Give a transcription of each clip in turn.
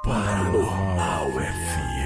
Paranormal FM.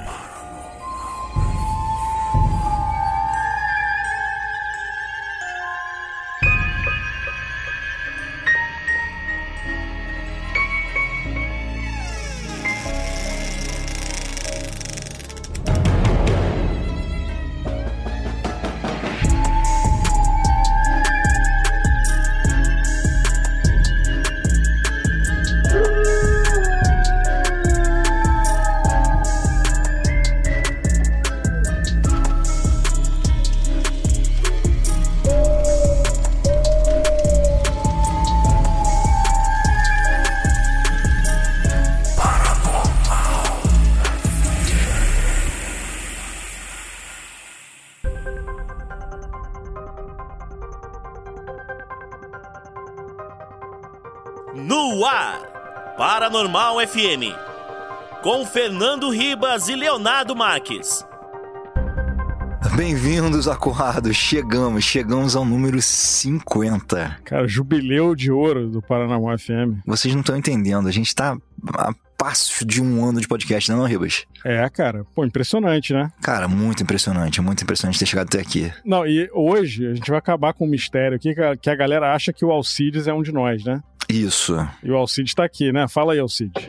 No ar, Paranormal FM, com Fernando Ribas e Leonardo Marques. Bem-vindos, acordados. Chegamos ao número 50. Cara, jubileu de ouro do Paranormal FM. Vocês não estão entendendo, a gente tá a passos de um ano de podcast, não, Ribas? É, cara. Pô, impressionante, né? Cara, muito impressionante ter chegado até aqui. Não, e hoje a gente vai acabar com um mistério aqui, que a galera acha que o Alcides é um de nós, né? Isso. E o Alcides tá aqui, né? Fala aí, Alcides.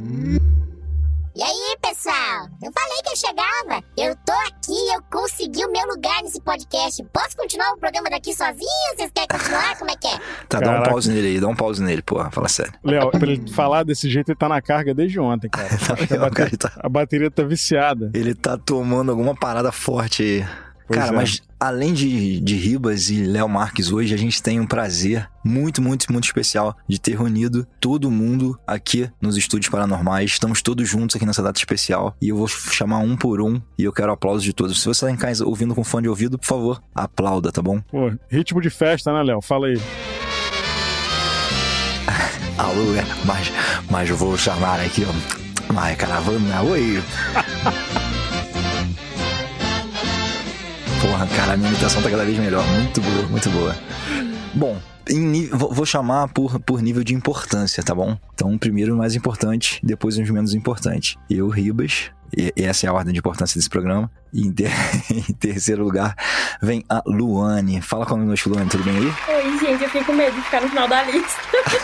E aí, pessoal? Eu falei que eu chegava. Eu tô aqui, eu consegui o meu lugar nesse podcast. Posso continuar o programa daqui sozinho? Vocês querem continuar? Como é que é? Tá, Caraca. dá um pause nele, porra. Fala sério. Léo, pra ele falar desse jeito, ele tá na carga desde ontem, cara. Acho que a bateria tá viciada. Ele tá tomando alguma parada forte aí. Pois cara, é. mas além de Ribas e Léo Marques hoje, a gente tem um prazer muito especial de ter reunido todo mundo aqui nos estúdios paranormais. Estamos todos juntos aqui nessa data especial e eu vou chamar um por um e eu quero aplausos de todos. Se você tá em casa ouvindo com fone de ouvido, por favor, aplauda, tá bom? Pô, ritmo de festa, né, Léo? Fala aí. Alô, mas eu vou chamar aqui, ó. Mas caravana, oi! Porra, cara, a minha imitação tá cada vez melhor. Muito boa. Bom, vou chamar por nível de importância, tá bom? Então, primeiro o mais importante, depois os menos importantes. Eu, Ribas, e essa é a ordem de importância desse programa. E em terceiro lugar, vem a Luane. Fala conosco, Luane, tudo bem aí? Oi, gente, eu fiquei com medo de ficar no final da lista.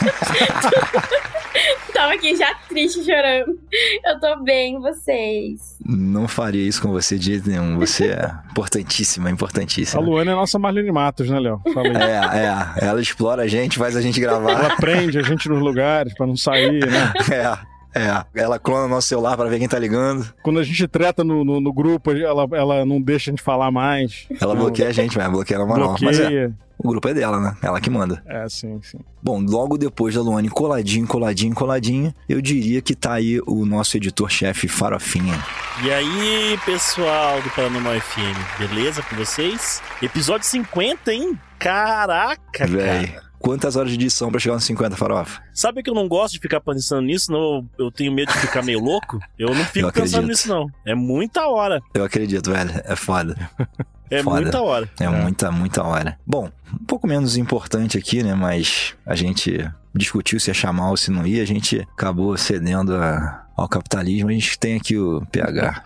Tava aqui já triste, chorando. Eu tô bem, vocês? Não faria isso com você de jeito nenhum. Você é importantíssima. A Luane é a nossa Marlene Matos, né, Léo? Fala aí. Ela explora a gente, faz a gente gravar. Ela prende a gente nos lugares pra não sair, né? Ela clona nosso celular pra ver quem tá ligando. Quando a gente treta no grupo, ela não deixa a gente falar mais. Ela bloqueia a gente, vai bloqueia na moral. Mas o grupo é dela, né? Ela que manda. É, sim. Bom, logo depois da Luane coladinho, eu diria que tá aí o nosso editor-chefe Farofinha. E aí, pessoal do Paranormal FM, beleza com vocês? Episódio 50, hein? Caraca, Véi. cara. Quantas horas de edição pra chegar nos 50, Farofa? Sabe que eu não gosto de ficar pensando nisso, não? Eu tenho medo de ficar meio louco. Eu não fico pensando nisso, não. É muita hora. Eu acredito, velho. É foda. É foda. Muita hora. É muita hora. Bom, um pouco menos importante aqui, né? Mas a gente discutiu se ia chamar ou se não ia. A gente acabou cedendo ao capitalismo. A gente tem aqui o PH.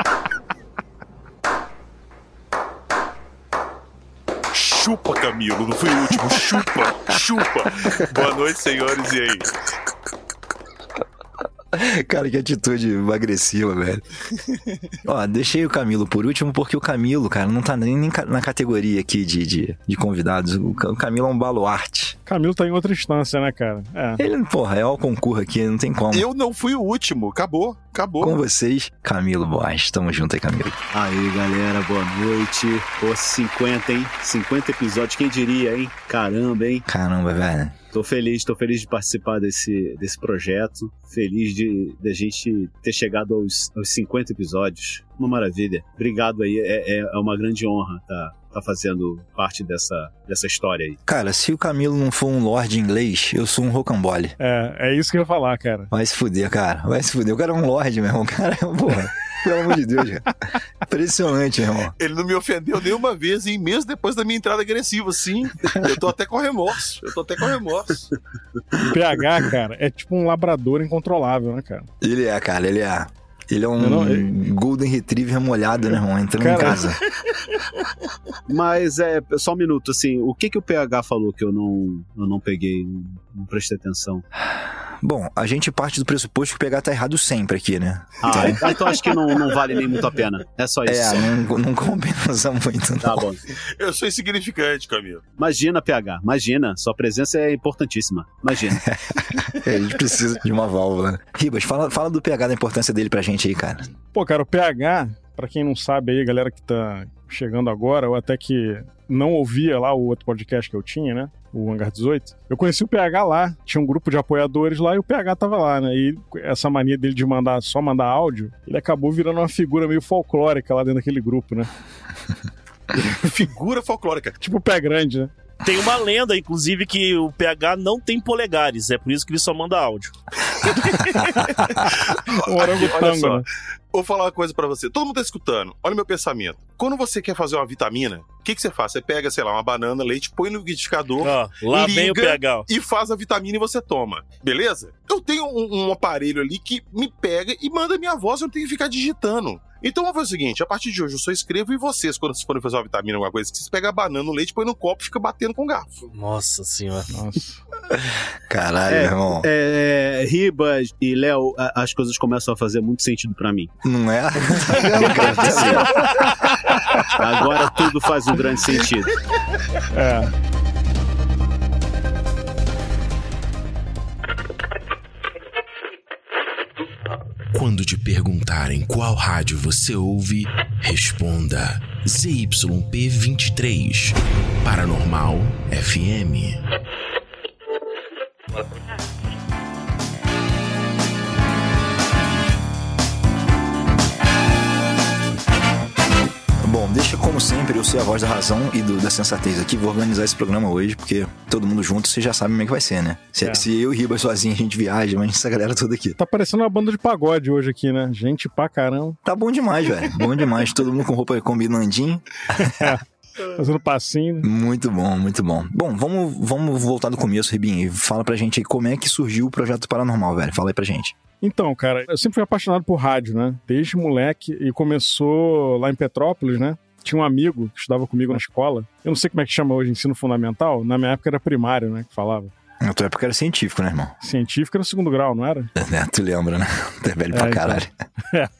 Chupa, Camilo, não fui o último. Chupa. Boa noite, senhores, e aí? Cara, que atitude agressiva, velho. Ó, deixei o Camilo por último porque o Camilo, cara, não tá nem na categoria aqui de convidados. O Camilo é um baluarte. Camilo tá em outra instância, né, cara? Ele, porra, é o concurso aqui, não tem como. Eu não fui o último, acabou. Com vocês, Camilo Boas. Tamo junto aí, Camilo. Aí, galera, boa noite. Pô, 50, hein? 50 episódios, quem diria, hein? Caramba, hein? Caramba, velho. Tô feliz de participar desse projeto. Feliz de a gente ter chegado aos 50 episódios. Uma maravilha. Obrigado aí, é uma grande honra tá fazendo parte dessa história aí. Cara, se o Camilo não for um lord inglês, eu sou um rocambole. É isso que eu ia falar, cara. Vai se fuder, cara. O cara é um lord, meu irmão. O cara é, porra, pelo amor de Deus, cara. Impressionante, irmão. Ele não me ofendeu nenhuma vez, e mesmo depois da minha entrada agressiva, sim. Eu tô até com remorso. O PH, cara, é tipo um labrador incontrolável, né, cara? Ele é, cara, ele é. Ele é um Golden Retriever molhado, né, irmão? Entrando em casa. Mas só um minuto, assim, o que o PH falou que eu não peguei, não prestei atenção? Bom, a gente parte do pressuposto que o PH tá errado sempre aqui, né? Então acho que não vale nem muito a pena. É só isso. Não compensa muito, não. Tá bom. Eu sou insignificante, Camilo. Imagina, PH, imagina. Sua presença é importantíssima. Imagina. A gente precisa de uma válvula. Ribas, fala do PH, da importância dele pra gente aí, cara. Pô, cara, o PH, pra quem não sabe aí, galera que tá chegando agora, ou até que não ouvia lá o outro podcast que eu tinha, né? O Hangar 18. Eu conheci o PH lá, tinha um grupo de apoiadores lá e o PH tava lá, né? E essa mania dele de só mandar áudio, ele acabou virando uma figura meio folclórica lá dentro daquele grupo, né? Figura folclórica. Tipo o Pé Grande, né? Tem uma lenda, inclusive, que o PH não tem polegares, é por isso que ele só manda áudio. Olha só, vou falar uma coisa pra você. Todo mundo tá escutando, olha o meu pensamento. Quando você quer fazer uma vitamina, o que você faz? Você pega, sei lá, uma banana, leite, põe no liquidificador, lá vem o PH. E faz a vitamina e você toma, beleza? Eu tenho um aparelho ali que me pega e manda minha voz, eu não tenho que ficar digitando. Então vamos fazer o seguinte, a partir de hoje eu só escrevo e vocês, quando vocês forem fazer uma vitamina, alguma coisa, vocês pegam a banana, o leite, põe no copo e fica batendo com garfo. Nossa senhora. Nossa. Caralho, meu irmão. Ribas e Léo, as coisas começam a fazer muito sentido pra mim. Não é? Agora tudo faz um grande sentido. Quando te perguntarem qual rádio você ouve, responda ZYP23, Paranormal FM. Bom, deixa como sempre eu ser a voz da razão e da sensatez aqui. Vou organizar esse programa hoje, porque todo mundo junto, você já sabe como é que vai ser, né? Se eu e Ribas sozinho a gente viaja, mas essa galera toda aqui. Tá parecendo uma banda de pagode hoje aqui, né? Gente pra caramba. Tá bom demais, velho. Bom demais. Todo mundo com roupa combinandinho. Fazendo passinho, né? Muito bom, muito bom. Bom, vamos voltar do começo, Ribinho. Fala pra gente aí como é que surgiu o Projeto Paranormal, velho. Fala aí pra gente. Então, cara, eu sempre fui apaixonado por rádio, né? Desde moleque, e começou lá em Petrópolis, né? Tinha um amigo que estudava comigo na escola. Eu não sei como é que chama hoje, ensino fundamental. Na minha época era primário, né? Que falava. Na tua época era científico, né, irmão? Científico era segundo grau, não era? Tu lembra, né? Tu é velho pra caralho. Então.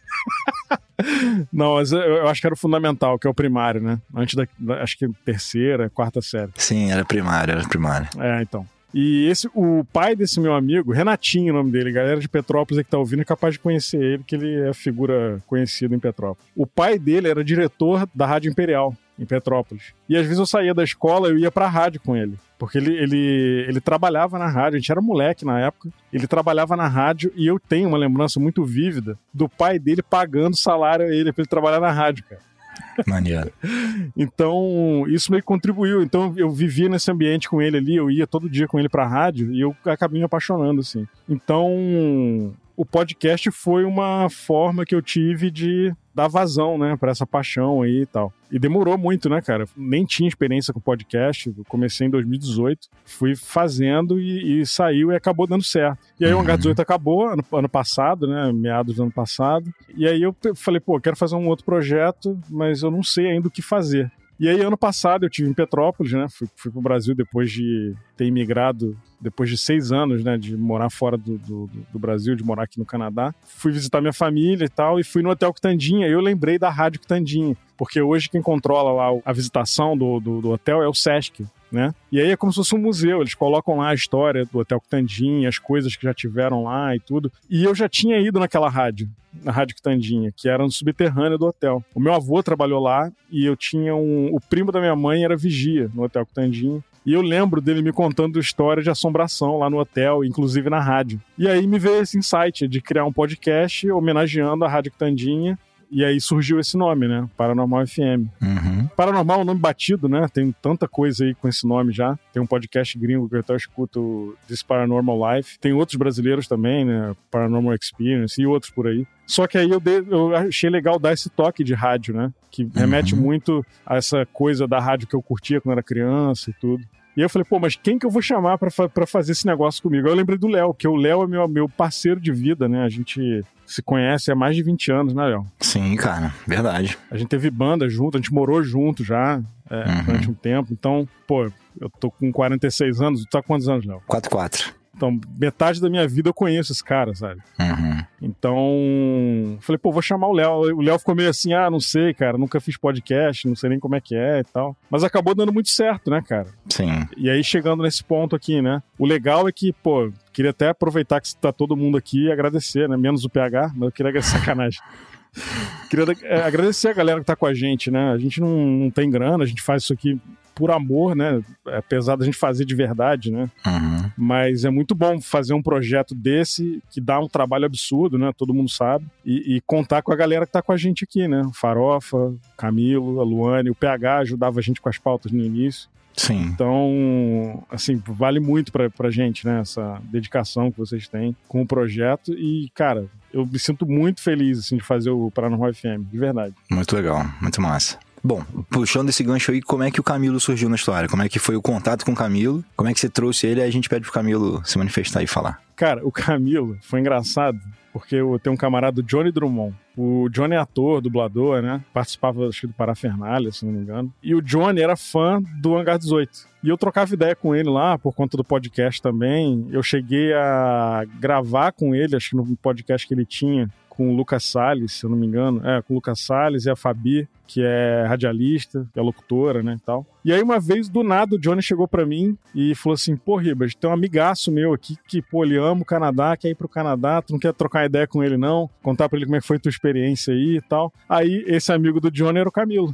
Não, mas eu acho que era o fundamental, que é o primário, né? Antes acho que terceira, quarta série. Sim, era primário. Então. E o pai desse meu amigo, Renatinho, o nome dele, galera de Petrópolis que tá ouvindo é capaz de conhecer ele, que ele é figura conhecida em Petrópolis. O pai dele era diretor da Rádio Imperial, em Petrópolis. E às vezes eu saía da escola e eu ia pra rádio com ele. Porque ele trabalhava na rádio, a gente era moleque na época, ele trabalhava na rádio e eu tenho uma lembrança muito vívida do pai dele pagando salário a ele pra ele trabalhar na rádio, cara. Maneiro. Então, isso meio que contribuiu. Então, eu vivia nesse ambiente com ele ali, eu ia todo dia com ele pra rádio e eu acabei me apaixonando, assim. Então, o podcast foi uma forma que eu tive de dar vazão, né, pra essa paixão aí e tal. E demorou muito, né, cara? Nem tinha experiência com podcast, eu comecei em 2018, fui fazendo e saiu e acabou dando certo. E aí o Hangar 18 acabou ano passado, né, meados do ano passado, e aí eu falei, pô, quero fazer um outro projeto, mas eu não sei ainda o que fazer. E aí, ano passado, eu estive em Petrópolis, né? Fui pro Brasil depois de ter imigrado, depois de 6 anos, né? De morar fora do Brasil, de morar aqui no Canadá. Fui visitar minha família e tal, e fui no Hotel Quitandinha. E eu lembrei da Rádio Quitandinha, porque hoje quem controla lá a visitação do hotel é o Sesc, né? E aí é como se fosse um museu, eles colocam lá a história do Hotel Quitandinha, as coisas que já tiveram lá e tudo. E eu já tinha ido naquela rádio, na Rádio Quitandinha, que era no subterrâneo do hotel. O meu avô trabalhou lá e eu tinha o primo da minha mãe era vigia no Hotel Quitandinha. E eu lembro dele me contando história de assombração lá no hotel, inclusive na rádio. E aí me veio esse insight de criar um podcast homenageando a Rádio Quitandinha. E aí surgiu esse nome, né? Paranormal FM. Uhum. Paranormal é um nome batido, né? Tem tanta coisa aí com esse nome já. Tem um podcast gringo que eu até escuto, This Paranormal Life. Tem outros brasileiros também, né? Paranormal Experience e outros por aí. Só que aí eu achei legal dar esse toque de rádio, né? Que remete muito a essa coisa da rádio que eu curtia quando era criança e tudo. E aí eu falei, pô, mas quem que eu vou chamar pra fazer esse negócio comigo? Aí eu lembrei do Léo, que o Léo é meu parceiro de vida, né? A gente se conhece há mais de 20 anos, né, Léo? Sim, cara, verdade. A gente teve banda junto, a gente morou junto já durante um tempo. Então, pô, eu tô com 46 anos, tu tá com quantos anos, Léo? 4. Então, metade da minha vida eu conheço esse cara, sabe? Então, falei, pô, vou chamar o Léo. O Léo ficou meio assim, não sei, cara, nunca fiz podcast, não sei nem como é que é e tal. Mas acabou dando muito certo, né, cara? Sim. E aí, chegando nesse ponto aqui, né? O legal é que, pô, queria até aproveitar que tá todo mundo aqui e agradecer, né? Menos o PH, mas eu queria agradecer, sacanagem. Queria agradecer a galera que tá com a gente, né? A gente não tem grana, a gente faz isso aqui por amor, né? Apesar da gente fazer de verdade, né? Mas é muito bom fazer um projeto desse que dá um trabalho absurdo, né? Todo mundo sabe. E contar com a galera que tá com a gente aqui, né? O Farofa, Camilo, a Luane, o PH ajudava a gente com as pautas no início. Sim. Então, assim, vale muito pra gente, né? Essa dedicação que vocês têm com o projeto. E, cara, eu me sinto muito feliz, assim, de fazer o Paranormal FM, de verdade. Muito legal, muito massa. Bom, puxando esse gancho aí, como é que o Camilo surgiu na história? Como é que foi o contato com o Camilo? Como é que você trouxe ele? Aí a gente pede pro Camilo se manifestar e falar. Cara, o Camilo foi engraçado, porque eu tenho um camarada, Johnny Drummond. O Johnny é ator, dublador, né? Participava, acho que, do Parafernália, se não me engano. E o Johnny era fã do Hangar 18. E eu trocava ideia com ele lá, por conta do podcast também. Eu cheguei a gravar com ele, acho que no podcast que ele tinha, com o Lucas Salles, se eu não me engano. Com o Lucas Salles e a Fabi, que é radialista, que é locutora, né, e tal. E aí, uma vez, do nada, o Johnny chegou pra mim e falou assim, pô, Ribas, tem um amigaço meu aqui que, pô, ele ama o Canadá, quer ir pro Canadá, tu não quer trocar ideia com ele, não? Contar pra ele como é que foi tua experiência aí e tal. Aí, esse amigo do Johnny era o Camilo.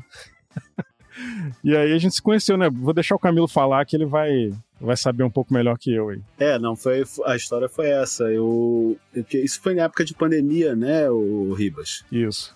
E aí, a gente se conheceu, né? Vou deixar o Camilo falar que ele vai saber um pouco melhor que eu aí. A história foi essa. Isso foi na época de pandemia, né, o Ribas? Isso.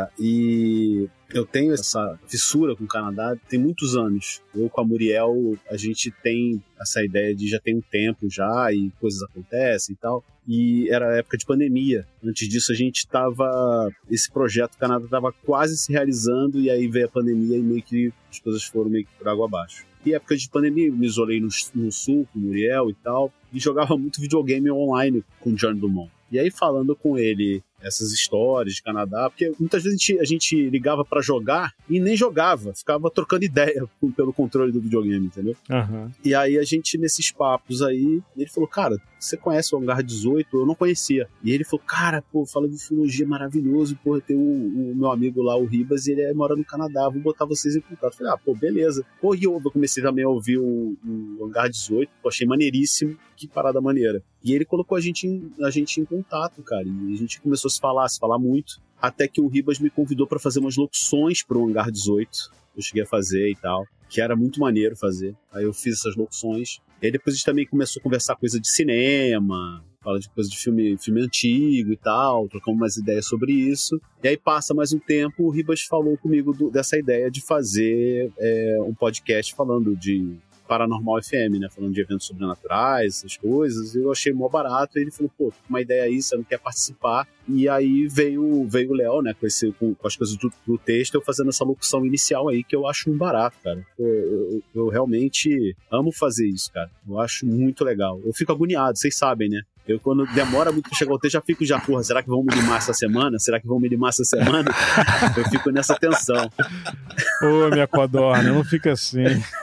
E eu tenho essa fissura com o Canadá tem muitos anos. Eu com a Muriel, a gente tem essa ideia de já tem um tempo já e coisas acontecem e tal. E era a época de pandemia. Antes disso, esse projeto do Canadá estava quase se realizando e aí veio a pandemia e meio que as coisas foram meio que por água abaixo. E época de pandemia, eu me isolei no sul com o Muriel e tal, e jogava muito videogame online com o John Dumont. E aí, falando com ele essas histórias de Canadá, porque muitas vezes a gente ligava pra jogar e nem jogava, ficava trocando ideia pelo controle do videogame, entendeu? E aí a gente, nesses papos aí, ele falou, cara, você conhece o Hangar 18? Eu não conhecia. E ele falou, cara, pô, fala de ufologia maravilhoso, pô, tem o meu amigo lá, o Ribas, e ele mora no Canadá, vou botar vocês em contato. Eu falei, pô, beleza. Pô, e eu comecei também a ouvir o Hangar 18, pô, achei maneiríssimo, que parada maneira. E ele colocou a gente em contato, cara, e a gente começou a se falar muito, até que o Ribas me convidou para fazer umas locuções pro Hangar 18, eu cheguei a fazer e tal, que era muito maneiro fazer. Aí eu fiz essas locuções, e aí depois a gente também começou a conversar coisa de cinema, fala de coisa de filme antigo e tal, trocamos umas ideias sobre isso, e aí passa mais um tempo, o Ribas falou comigo dessa ideia de fazer um podcast falando de Paranormal FM, né, falando de eventos sobrenaturais, essas coisas, eu achei mó barato, e ele falou, pô, uma ideia aí, você não quer participar? E aí veio o Léo, né, com as coisas do texto, eu fazendo essa locução inicial aí, que eu acho um barato, cara. Eu realmente amo fazer isso, cara, eu acho muito legal. Eu fico agoniado, vocês sabem, né? Eu, quando demora muito pra chegar o texto, já fico porra, será que vão me limar essa semana? Será que vão me limar essa semana? Eu fico nessa tensão. Ô, minha codorna, não fica assim.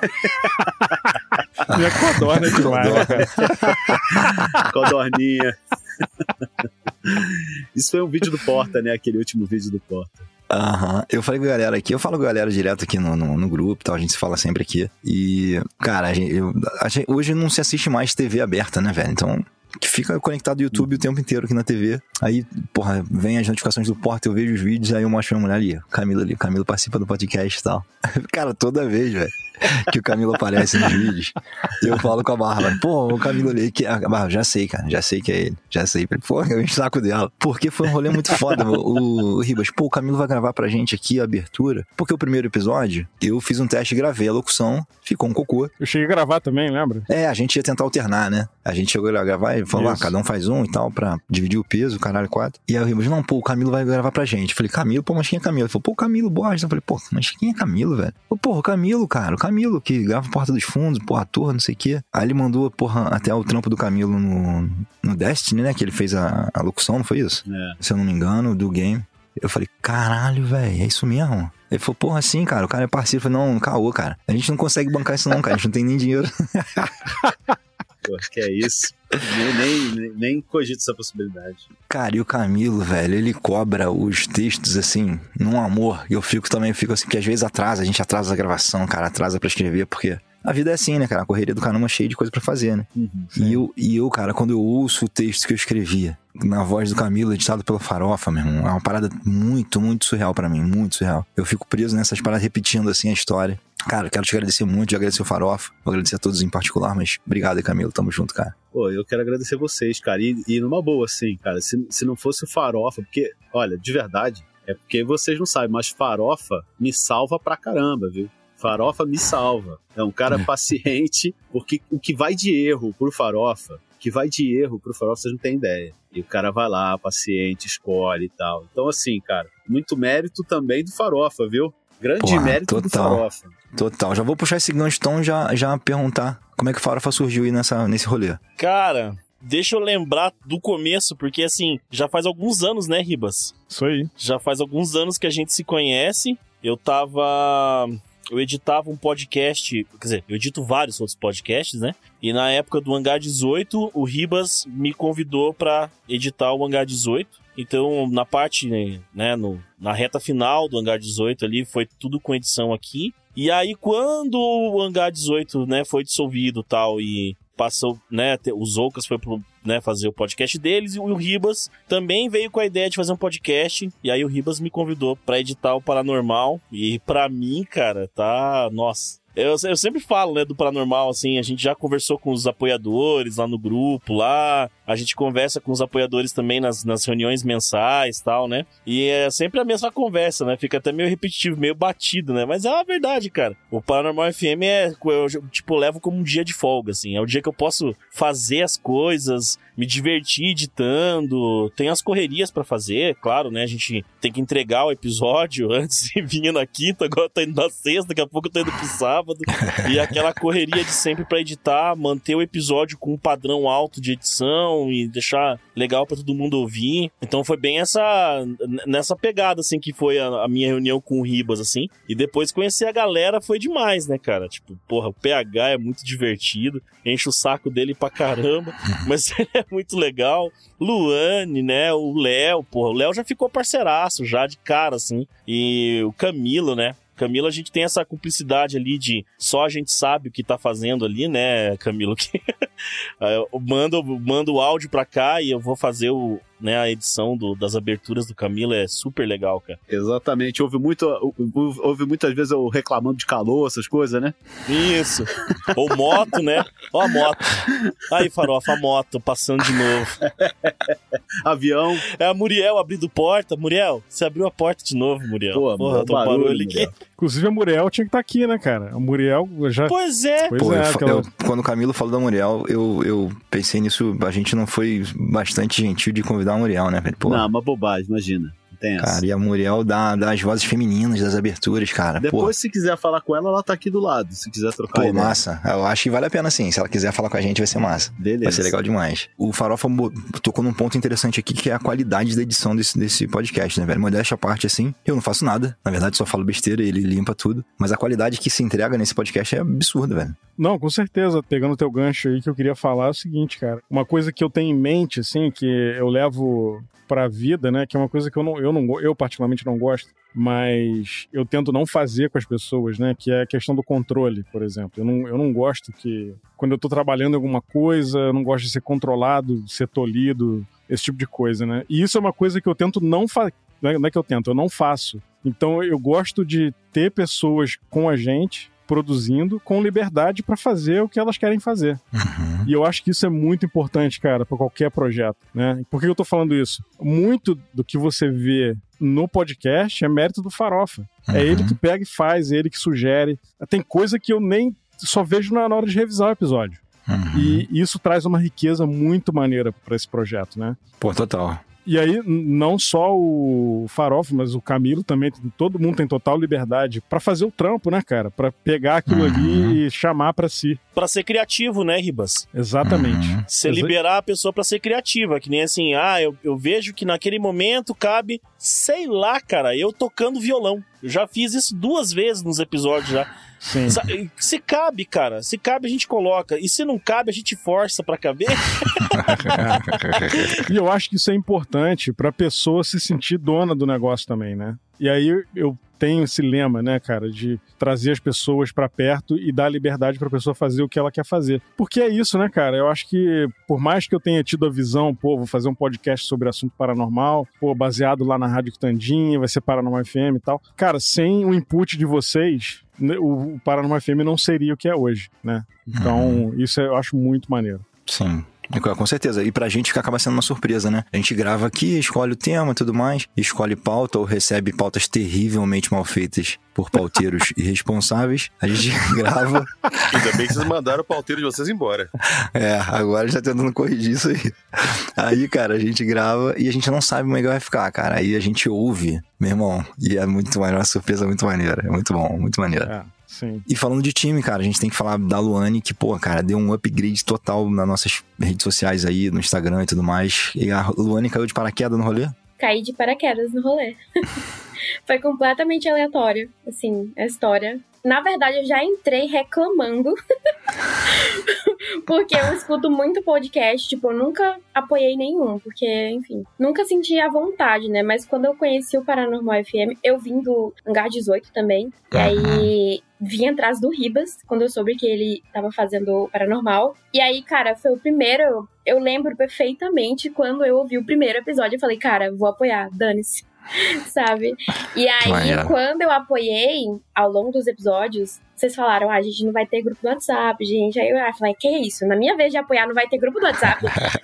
Minha codorna é demais, cara. Codorninha. Isso foi um vídeo do Porta, né? Aquele último vídeo do Porta. Eu falei com a galera aqui, eu falo com a galera direto aqui no grupo, tal, a gente se fala sempre aqui. E, cara, hoje não se assiste mais TV aberta, né, velho? Então, que fica conectado no YouTube o tempo inteiro aqui na TV. Aí, porra, vem as notificações do Porta, eu vejo os vídeos, aí eu mostro pra minha mulher ali, o Camilo participa do podcast e tal. Cara, toda vez, velho. que o Camilo aparece nos vídeos. E eu falo com a Bárbara, pô, o Camilo ali, que a Bárbara, já sei, cara, já sei que é ele, já sei. Pô, eu encho o saco dela. Porque foi um rolê muito foda, o Ribas, pô, o Camilo vai gravar pra gente aqui a abertura, porque o primeiro episódio, eu fiz um teste, gravei a locução, ficou um cocô. Eu cheguei a gravar também, lembra? A gente ia tentar alternar, né? A gente chegou a gravar e falou, cada um faz um e tal, pra dividir o peso, caralho, 4. E aí o Ribas, não, pô, o Camilo vai gravar pra gente. Eu falei, Camilo, pô, mas quem é Camilo? Ele falou, pô, o Camilo Borges. Eu falei, pô, mas quem é Camilo, velho? Pô, o Camilo, cara, o Camilo que grava Porta dos Fundos, pô, ator, não sei o quê. Aí ele mandou, porra, até o trampo do Camilo no Destiny, né? Que ele fez a locução, não foi isso? Se eu não me engano, do game. Eu falei, caralho, velho, é isso mesmo? Ele falou, porra, assim, cara, o cara é parceiro. Eu falei, não, caô, cara. A gente não consegue bancar isso não, cara. A gente não tem nem dinheiro. Pô, que é isso? Nem cogito essa possibilidade. Cara, e o Camilo, velho, ele cobra os textos, assim, num amor. E eu fico assim, que às vezes a gente atrasa a gravação, cara, atrasa pra escrever, porque a vida é assim, né, cara? A correria do caramba é cheia de coisa pra fazer, né? E eu, cara, quando eu ouço o texto que eu escrevia, na voz do Camilo, editado pelo Farofa, meu irmão, é uma parada muito, muito surreal pra mim, muito surreal. Eu fico preso nessas paradas repetindo, assim, a história. Cara, eu quero te agradecer muito, de agradecer o Farofa, vou agradecer a todos em particular, mas obrigado aí, Camilo, tamo junto, cara. Pô, eu quero agradecer vocês, cara, e numa boa, assim, cara, se não fosse o Farofa, porque, olha, de verdade, é porque vocês não sabem, mas Farofa me salva pra caramba, viu? Farofa me salva. É um cara paciente, porque o que vai de erro pro Farofa, vocês não têm ideia. E o cara vai lá, paciente, escolhe e tal. Então, assim, cara, muito mérito também do Farofa, viu? Grande mérito do Farofa. Total. Já vou puxar esse gancho, então, já perguntar como é que o Farofa surgiu aí nesse rolê. Cara, deixa eu lembrar do começo, porque, assim, já faz alguns anos, né, Ribas? Isso aí. Já faz alguns anos que a gente se conhece. Eu editava um podcast, quer dizer, eu edito vários outros podcasts, né? E na época do Hangar 18, o Ribas me convidou pra editar o Hangar 18. Então, na parte, né, na reta final do Hangar 18 ali, foi tudo com edição aqui. E aí, quando o Hangar 18, né, foi dissolvido e tal, e passou, né, os Oucas foi pro, né, fazer o podcast deles, e o Ribas também veio com a ideia de fazer um podcast, e aí o Ribas me convidou pra editar o Paranormal, e pra mim, cara, tá, nossa... Eu sempre falo, né, do Paranormal, assim, a gente já conversou com os apoiadores lá no grupo, lá, a gente conversa com os apoiadores também nas reuniões mensais e tal, né, e é sempre a mesma conversa, né, fica até meio repetitivo, meio batido, né, mas é uma verdade, cara. O Paranormal FM eu levo como um dia de folga, assim, é o dia que eu posso fazer as coisas, me divertir editando, tem as correrias pra fazer, claro, né, a gente tem que entregar o episódio antes de vir na quinta, agora tá indo na sexta, daqui a pouco eu tô indo pro sábado, e aquela correria de sempre pra editar, manter o episódio com um padrão alto de edição e deixar legal pra todo mundo ouvir. Então foi bem nessa pegada, assim, que foi a minha reunião com o Ribas, assim, e depois conhecer a galera foi demais, né, cara? Tipo, porra, o PH é muito divertido, enche o saco dele pra caramba, mas ele é muito legal. Luane, né, o Léo, porra, o Léo já ficou parceiraço, já de cara, assim, e o Camilo, né, Camilo, a gente tem essa cumplicidade ali de só a gente sabe o que tá fazendo ali, né, Camilo? Que eu mando o áudio pra cá e eu vou fazer a edição das aberturas do Camilo, é super legal, cara. Exatamente, houve muitas vezes eu reclamando de calor, essas coisas, né? Isso. Ou moto, né? Ó a moto. Aí, Farofa, a moto passando de novo. Avião. É a Muriel abrindo porta. Muriel, você abriu a porta de novo, Muriel. Porra, tô barulho aqui. Inclusive a Muriel tinha que estar aqui, né, cara? A Muriel já... Pois é. Quando o Camilo falou da Muriel, eu pensei nisso, a gente não foi bastante gentil de convidar a Muriel, né, velho? Não, uma bobagem, imagina. Tem essa. Cara, e a Muriel das vozes femininas, das aberturas, cara. Depois, se quiser falar com ela tá aqui do lado, se quiser trocar ideia. Massa. Eu acho que vale a pena, sim. Se ela quiser falar com a gente, vai ser massa. Beleza. Vai ser legal demais. O Farofa tocou num ponto interessante aqui, que é a qualidade da edição desse podcast, né, velho? Modéstia à parte, assim, eu não faço nada. Na verdade, só falo besteira, ele limpa tudo. Mas a qualidade que se entrega nesse podcast é absurda, velho. Não, com certeza. Pegando o teu gancho aí, que eu queria falar é o seguinte, cara. Uma coisa que eu tenho em mente, assim, que eu levo pra vida, né, que é uma coisa que eu particularmente não gosto, mas eu tento não fazer com as pessoas, né, que é a questão do controle, por exemplo. Eu não gosto que, quando eu tô trabalhando em alguma coisa, eu não gosto de ser controlado, de ser tolhido, esse tipo de coisa, né. E isso é uma coisa que eu tento não fazer, não é que eu tento, eu não faço. Então eu gosto de ter pessoas com a gente produzindo com liberdade para fazer o que elas querem fazer. E eu acho que isso é muito importante, cara, para qualquer projeto, né? Por que eu tô falando isso? Muito do que você vê no podcast é mérito do Farofa. É ele que pega e faz, é ele que sugere. Tem coisa que eu nem só vejo na hora de revisar o episódio. E isso traz uma riqueza muito maneira para esse projeto, né? Pô, total. E aí, não só o Farofa, mas o Camilo também, todo mundo tem total liberdade pra fazer o trampo, né, cara? Pra pegar aquilo ali e chamar pra si. Pra ser criativo, né, Ribas? Exatamente. Você liberar a pessoa pra ser criativa, que nem assim, eu vejo que naquele momento cabe, sei lá, cara, eu tocando violão. Eu já fiz isso 2 vezes nos episódios já. Sim. Se cabe, cara, se cabe a gente coloca, e se não cabe a gente força pra caber. E eu acho que isso é importante pra pessoa se sentir dona do negócio também, né? E aí eu tenho esse lema, né, cara, de trazer as pessoas pra perto e dar liberdade pra pessoa fazer o que ela quer fazer. Porque é isso, né, cara? Eu acho que, por mais que eu tenha tido a visão, vou fazer um podcast sobre assunto paranormal, baseado lá na Rádio Quitandinha, vai ser Paranormal FM e tal. Cara, sem o input de vocês, o Paranormal FM não seria o que é hoje, né? Então, isso eu acho muito maneiro. Sim. Com certeza. E pra gente acaba sendo uma surpresa, né? A gente grava aqui, escolhe o tema e tudo mais, escolhe pauta ou recebe pautas terrivelmente mal feitas por pauteiros irresponsáveis. A gente grava. Ainda bem que vocês mandaram o pauteiro de vocês embora. Agora a gente tá tentando corrigir isso aí. Aí, cara, a gente grava e a gente não sabe como é que vai ficar, cara. Aí a gente ouve, meu irmão, e é muito maneiro, uma surpresa muito maneira. É muito bom, muito maneira. Sim. E falando de time, cara, a gente tem que falar da Luane, que, cara, deu um upgrade total nas nossas redes sociais aí, no Instagram e tudo mais. E a Luane caiu de paraquedas no rolê? Caí de paraquedas no rolê. Foi completamente aleatório, assim, a história. Na verdade, eu já entrei reclamando. Porque eu escuto muito podcast, eu nunca apoiei nenhum, porque, enfim, nunca senti a vontade, né? Mas quando eu conheci o Paranormal FM, eu vim do Hangar 18 também, e aí vim atrás do Ribas, quando eu soube que ele tava fazendo o Paranormal. E aí, cara, foi o primeiro, eu lembro perfeitamente quando eu ouvi o primeiro episódio, eu falei, cara, vou apoiar, dane-se. Sabe? E aí, quando eu apoiei, ao longo dos episódios, vocês falaram, a gente não vai ter grupo do WhatsApp, gente. Aí eu falei, que isso? Na minha vez de apoiar, não vai ter grupo do WhatsApp?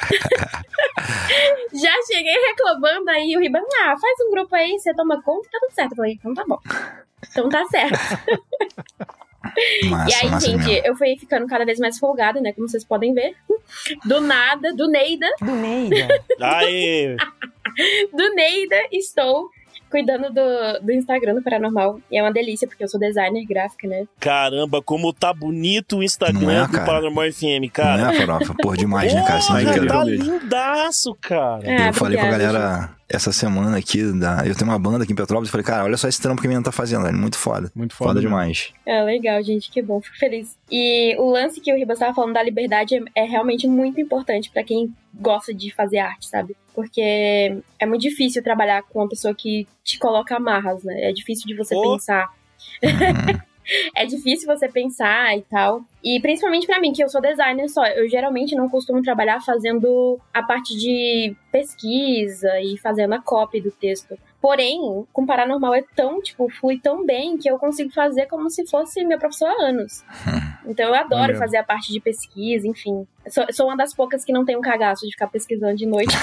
Já cheguei reclamando, aí o Riba, faz um grupo aí, você toma conta, tá tudo certo. Eu falei, então tá bom. Então tá certo. Massa, e aí, gente, mesmo. eu fui ficando cada vez mais folgada, né? Como vocês podem ver. Do nada, do Neida. Aê! Do Neida, estou cuidando do Instagram do Paranormal. E é uma delícia, porque eu sou designer gráfica, né? Caramba, como tá bonito o Instagram do Paranormal FM, cara. Não é, Farofa? Pô, demais, né, cara? Tá lindaço, cara. Eu falei pra galera essa semana aqui, eu tenho uma banda aqui em Petrópolis, eu falei, cara, olha só esse trampo que a menina tá fazendo, velho. Muito foda. Muito foda. Foda demais. É legal, gente, que bom, fico feliz. E o lance que o Ribas tava falando da liberdade é realmente muito importante pra quem gosta de fazer arte, sabe? Porque é muito difícil trabalhar com uma pessoa que te coloca amarras, né? É difícil de você pensar. É difícil você pensar e tal. E principalmente pra mim, que eu sou designer só. Eu geralmente não costumo trabalhar fazendo a parte de pesquisa e fazendo a copy do texto. Porém, com Paranormal é tão, flui tão bem que eu consigo fazer como se fosse meu professor há anos. Então eu adoro fazer a parte de pesquisa, enfim. Sou uma das poucas que não tem um cagaço de ficar pesquisando de noite.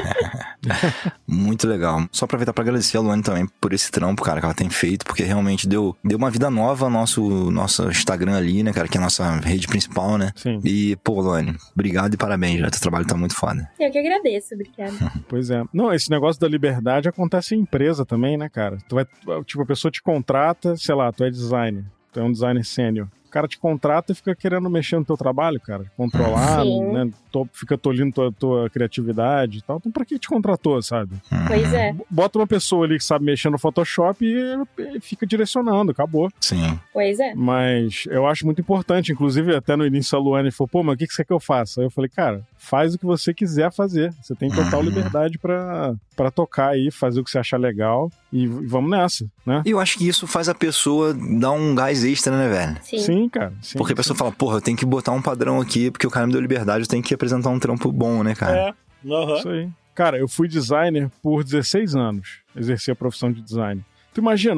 Muito legal. Só aproveitar pra agradecer a Luane também por esse trampo, cara, que ela tem feito, porque realmente deu uma vida nova ao nosso Instagram ali, né, cara, que é a nossa rede principal, né? Sim. E, Luane, obrigado e parabéns, já. Teu trabalho tá muito foda. Eu que agradeço, obrigada. Pois é. Não, esse negócio da liberdade acontece em empresa também, né, cara? A pessoa te contrata, sei lá, tu é designer, tu é um designer sênior. O cara te contrata e fica querendo mexer no teu trabalho, cara. Controlar, né? Fica tolhindo tua criatividade e tal. Então pra que te contratou, sabe? Pois é. Bota uma pessoa ali que sabe mexer no Photoshop e fica direcionando, acabou. Sim. Pois é. Mas eu acho muito importante, inclusive até no início a Luane falou, mas o que você quer que eu faça? Aí eu falei, cara, faz o que você quiser fazer. Você tem total liberdade pra tocar aí, fazer o que você achar legal e vamos nessa, né? E eu acho que isso faz a pessoa dar um gás extra, né, velho? Sim, cara. Sim, porque a pessoa fala, eu tenho que botar um padrão aqui, porque o cara me deu liberdade, eu tenho que apresentar um trampo bom, né, cara? Isso aí. Cara, eu fui designer por 16 anos. Exerci a profissão de design. Tu imagina,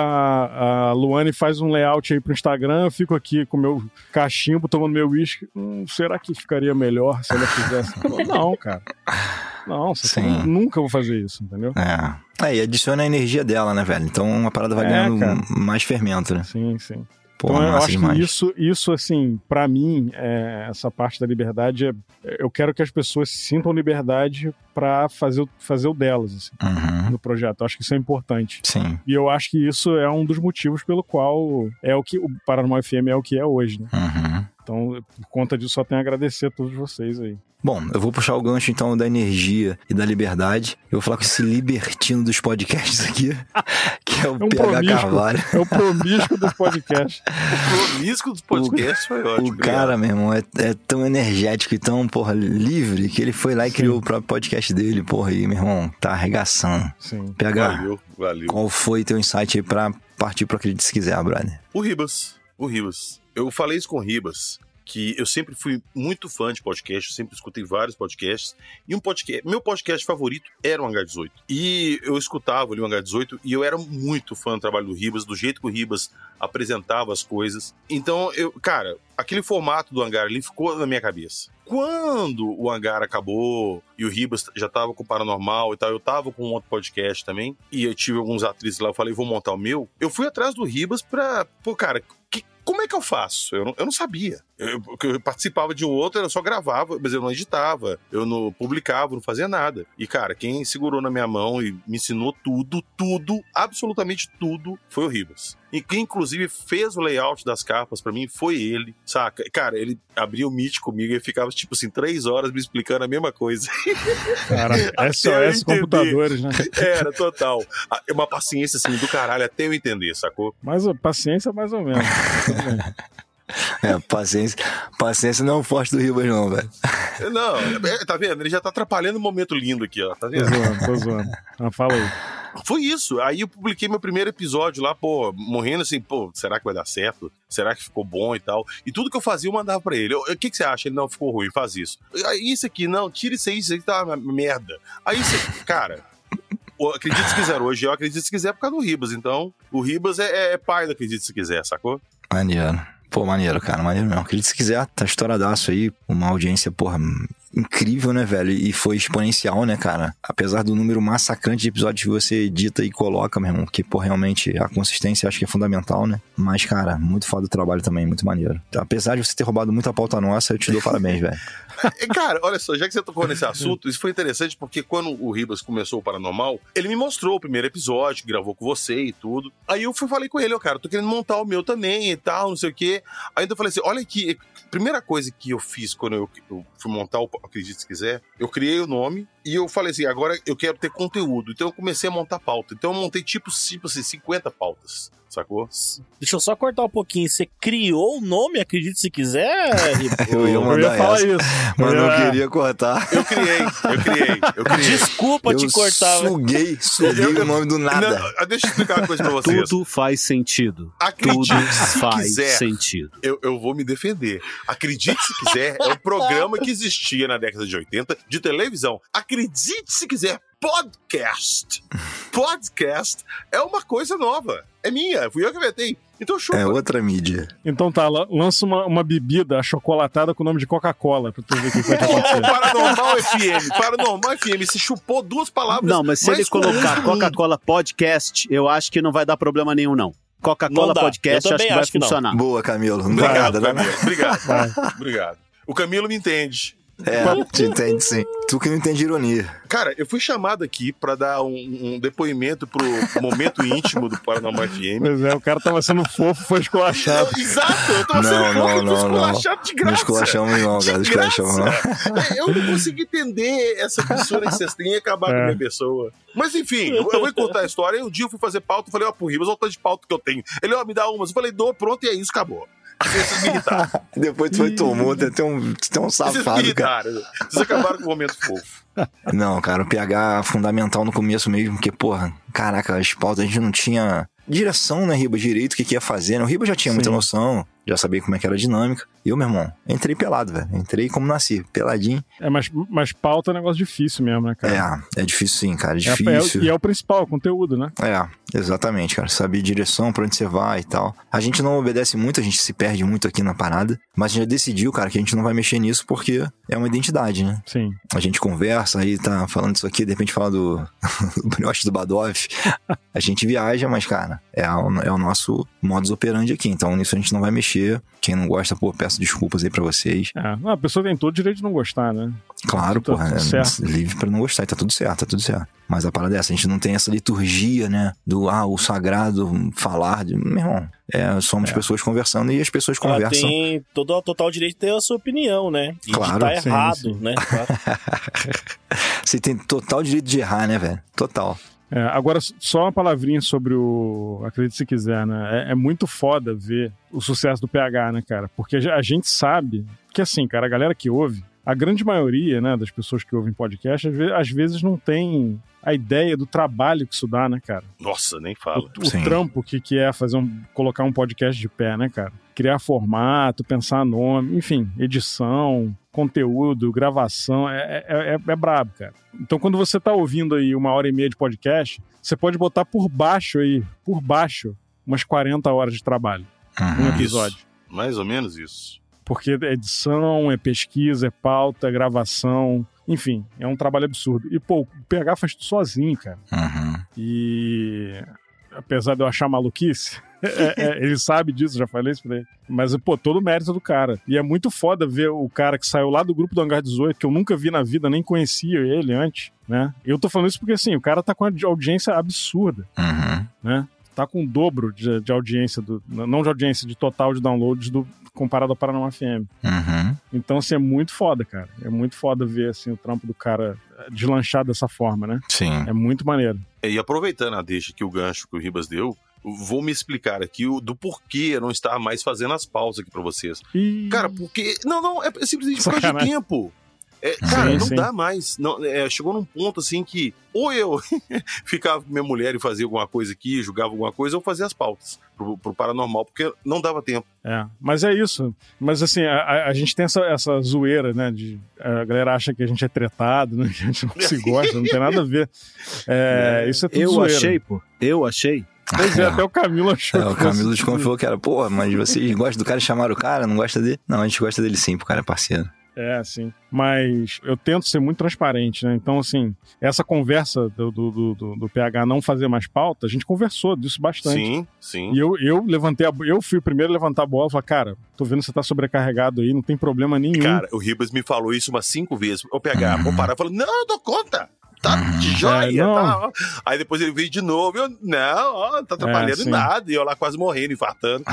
a Luane faz um layout aí pro Instagram, eu fico aqui com meu cachimbo, tomando meu uísque. Será que ficaria melhor se ela fizesse? Não, cara. Não, nunca vou fazer isso, entendeu? E adiciona a energia dela, né, velho? Então a parada vai ganhando mais fermento, né? Sim, sim. Pô, então eu acho demais. que isso, assim, pra mim, essa parte da liberdade, eu quero que as pessoas sintam liberdade pra fazer o delas, assim, no projeto. Eu acho que isso é importante. Sim. E eu acho que isso é um dos motivos pelo qual é o que o Paranormal FM é o que é hoje, né? Então, por conta disso, só tenho a agradecer a todos vocês aí. Bom, eu vou puxar o gancho, então, da energia e da liberdade. Eu vou falar com esse libertino dos podcasts aqui, que é o PH Carvalho. É o promíscuo dos podcasts. O promíscuo dos podcasts foi ótimo. O cara, meu irmão, é tão energético e tão, livre, que ele foi lá e criou o próprio podcast dele, e, meu irmão, tá arregaçando. Sim. PH, valeu. Qual foi teu insight aí pra partir pro Acredite Se Quiser, brother? O Ribas. Eu falei isso com o Ribas, que eu sempre fui muito fã de podcast, sempre escutei vários podcasts, e meu podcast favorito era o Hangar 18. E eu escutava ali o Hangar 18 e eu era muito fã do trabalho do Ribas, do jeito que o Ribas apresentava as coisas. Então, aquele formato do Hangar ali ficou na minha cabeça. Quando o Hangar acabou e o Ribas já tava com o Paranormal e tal, eu tava com um outro podcast também, e eu tive alguns atrizes lá, eu falei, vou montar o meu. Eu fui atrás do Ribas pra, como é que eu faço? Eu não sabia. Eu participava de um outro, eu só gravava, mas eu não editava, eu não publicava, não fazia nada. E, cara, quem segurou na minha mão e me ensinou tudo, absolutamente tudo, foi o Ribas. E quem, inclusive, fez o layout das capas pra mim foi ele, saca? Cara, ele abria o Meet comigo e ficava, 3 horas me explicando a mesma coisa. Cara, SOS computadores, né? Era, total. Uma paciência, assim, do caralho, até eu entender, sacou? Mas paciência, mais ou menos. Paciência não é o forte do Ribas, não, velho. Não, tá vendo? Ele já tá atrapalhando um momento lindo aqui, ó. Tá vendo? Tô zoando. Fala aí. Foi isso. Aí eu publiquei meu primeiro episódio lá, morrendo assim, será que vai dar certo? Será que ficou bom e tal? E tudo que eu fazia eu mandava pra ele. O que você acha? Ele, não, ficou ruim, faz isso. Isso aqui, não, tira isso aí tá uma merda. Aí cara... Acredite Se Quiser hoje, eu acredito se quiser por causa do Ribas. Então, o Ribas é pai do Acredite Se Quiser, sacou? Maneiro. Maneiro, cara, maneiro mesmo. Acredite Se Quiser, tá estouradaço aí, uma audiência, incrível, né, velho? E foi exponencial, né, cara? Apesar do número massacrante de episódios que você edita e coloca, meu irmão, que, realmente a consistência acho que é fundamental, né? Mas, cara, muito foda o trabalho também, muito maneiro. Apesar de você ter roubado muita pauta nossa, eu te dou parabéns, velho. Cara, olha só, já que você tocou nesse assunto, isso foi interessante porque quando o Ribas começou o Paranormal, ele me mostrou o primeiro episódio, gravou com você e tudo. Aí eu falei com ele, cara, tô querendo montar o meu também e tal, não sei o quê. Aí eu falei assim, olha aqui, primeira coisa que eu fiz quando eu fui montar o Acredite Se Quiser, eu criei o nome e eu falei assim, agora eu quero ter conteúdo. Então eu comecei a montar pauta. Então eu montei tipo assim, 50 pautas. Sacou? Deixa eu só cortar um pouquinho. Você criou o nome, Acredite Se Quiser? Eu ia falar isso. Mas não queria cortar. Eu criei. Desculpa te cortar. Suguei o nome do nada. Não, deixa eu explicar uma coisa pra vocês. Tudo faz sentido. Acredite se faz quiser. Sentido. Eu vou me defender. Acredite Se Quiser é um programa que existia na década de 80 de televisão. Acredite Se Quiser. Podcast é uma coisa nova. É minha, fui eu que inventei. Então chupa. É outra mídia. Então tá, lança uma bebida achocolatada com o nome de Coca-Cola pra tu ver o que vai acontecer. Paranormal FM, você chupou 2 palavras. Não, mas se ele colocar Coca-Cola Podcast, eu acho que não vai dar problema nenhum, não. Coca-Cola Podcast, acho que vai funcionar. Boa, Camilo. Obrigado, Camilo. Obrigado. O Camilo me entende. Te entende sim. Tu que não entende ironia. Cara, eu fui chamado aqui pra dar um depoimento pro momento íntimo do Paranormal FM. Pois é, o cara tava sendo fofo, foi esculachado. Exato, eu tava sendo fofo, foi esculachado de graça. Não esculachamos não, cara, não esculachamos não. Eu não consegui entender essa fissura que vocês têm e acabar com a minha pessoa. Mas enfim, eu vou contar a história. Aí um dia eu fui fazer pauta, eu falei, pro Ribas, olha o tanto de pauta que eu tenho. Ele, me dá umas. Eu falei, pronto, e é isso, acabou. Vocês me irritaram. Depois tu foi tomou, tem um safado, cara. Vocês acabaram com o momento fofo. Não, cara, o PH fundamental no começo mesmo, porque, caraca, as pautas a gente não tinha direção, né, Ribas, direito, o que ia fazer, né? O Ribas já tinha muita noção, já sabia como é que era a dinâmica. E eu, meu irmão, entrei pelado, velho. Entrei como nasci, peladinho. Mas pauta é um negócio difícil mesmo, né, cara? É difícil sim, cara, é difícil. E é o principal, o conteúdo, né? Exatamente, cara. Saber direção, pra onde você vai e tal. A gente não obedece muito, a gente se perde muito aqui na parada, mas a gente já decidiu, cara, que a gente não vai mexer nisso porque é uma identidade, né? Sim. A gente conversa, aí tá falando disso aqui, de repente fala do brioche do Badov. A gente viaja, mas, cara, é o nosso modus operandi aqui, então nisso a gente não vai mexer. Quem não gosta, pô, peço desculpas aí pra vocês. A pessoa tem todo o direito de não gostar, né? Claro, tá, porra, livre pra não gostar, e tá tudo certo. Mas a parada é essa, a gente não tem essa liturgia, né, do, o sagrado falar, meu irmão, somos pessoas conversando e as pessoas conversam. Tem todo o total direito de ter a sua opinião, né? E claro, de tá errado, sim. né? Claro. Você tem total direito de errar, né, velho? Total. Agora, só uma palavrinha sobre o Acredite Se Quiser, né? É muito foda ver o sucesso do PH, né, cara? Porque a gente sabe que, assim, cara, a galera que ouve, a grande maioria, né, das pessoas que ouvem podcast, às vezes não tem a ideia do trabalho que isso dá, né, cara? Nossa, nem fala. O trampo que é colocar um podcast de pé, né, cara? Criar formato, pensar nome, enfim, edição, conteúdo, gravação, é brabo, cara. Então, quando você tá ouvindo aí 1h30 de podcast, você pode botar por baixo, umas 40 horas de trabalho num episódio. Isso. Mais ou menos isso. Porque é edição, é pesquisa, é pauta, é gravação, enfim, é um trabalho absurdo. E, pô, o PH faz tudo sozinho, cara. E apesar de eu achar maluquice, ele sabe disso, já falei isso pra ele. Mas, pô, todo o mérito do cara. E é muito foda ver o cara que saiu lá do grupo do Hangar 18, que eu nunca vi na vida, nem conhecia ele antes, né? Eu tô falando isso porque, assim, o cara tá com uma audiência absurda, né? Tá com o dobro de audiência, não de audiência, de total de downloads comparado ao Paraná FM. Então, assim, é muito foda, cara. É muito foda ver, assim, o trampo do cara deslanchar dessa forma, né? Sim. É muito maneiro. E aproveitando a deixa que o gancho que o Ribas deu, vou me explicar aqui do porquê eu não estar mais fazendo as pausas aqui pra vocês. Cara, porque... Não, é simplesmente por causa de tempo. Cara, não dá mais. Não, chegou num ponto assim que ou eu ficava com minha mulher e fazia alguma coisa aqui, julgava alguma coisa, ou fazia as pautas pro paranormal, porque não dava tempo. Mas é isso. Mas assim, a gente tem essa zoeira, né? A galera acha que a gente é tretado, né? Que a gente não se gosta, não tem nada a ver. Isso é tudo zoeira. Eu achei. Pois até o Camilo achou. O Camilo desconfiou que era, pô, mas vocês gostam do cara e chamaram o cara, não gosta dele? Não, a gente gosta dele sim, o cara é parceiro. Sim. Mas eu tento ser muito transparente, né? Então, assim, essa conversa do PH não fazer mais pauta, a gente conversou disso bastante. Sim. E eu fui o primeiro a levantar a bola e falar, cara, tô vendo que você tá sobrecarregado aí, não tem problema nenhum. Cara, o Ribas me falou isso umas 5 vezes. O PH, vou parar. Eu falei, não, eu dou conta. Tá de joia, tá. Aí depois ele veio de novo. Eu, não, tá trabalhando em nada. E eu lá quase morrendo, infartando.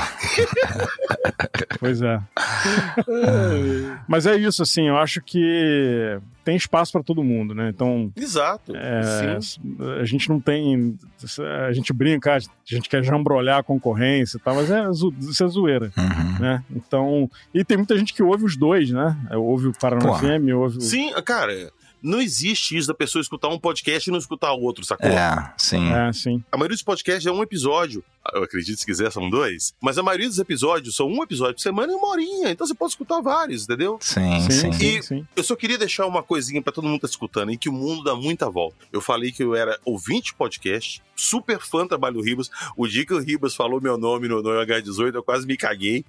Pois é. Mas é isso, assim, eu acho que tem espaço pra todo mundo, né? Então. Exato. A gente não tem. A gente brinca, a gente quer jambrolhar a concorrência e tal, mas isso é zoeira. Né? Então. E tem muita gente que ouve os dois, né? Ouve o Paraná FM, ouve o. Sim, cara. Não existe isso da pessoa escutar um podcast e não escutar o outro, sacou? Sim. A maioria dos podcasts é um episódio. Eu acredito, se quiser, são 2. Mas a maioria dos episódios são um episódio por semana e 1h. Então você pode escutar vários, entendeu? Sim. Eu só queria deixar uma coisinha pra todo mundo que tá escutando, em que o mundo dá muita volta. Eu falei que eu era ouvinte de podcast, super fã do trabalho do Ribas. O dia que o Ribas falou meu nome no H18, eu quase me caguei.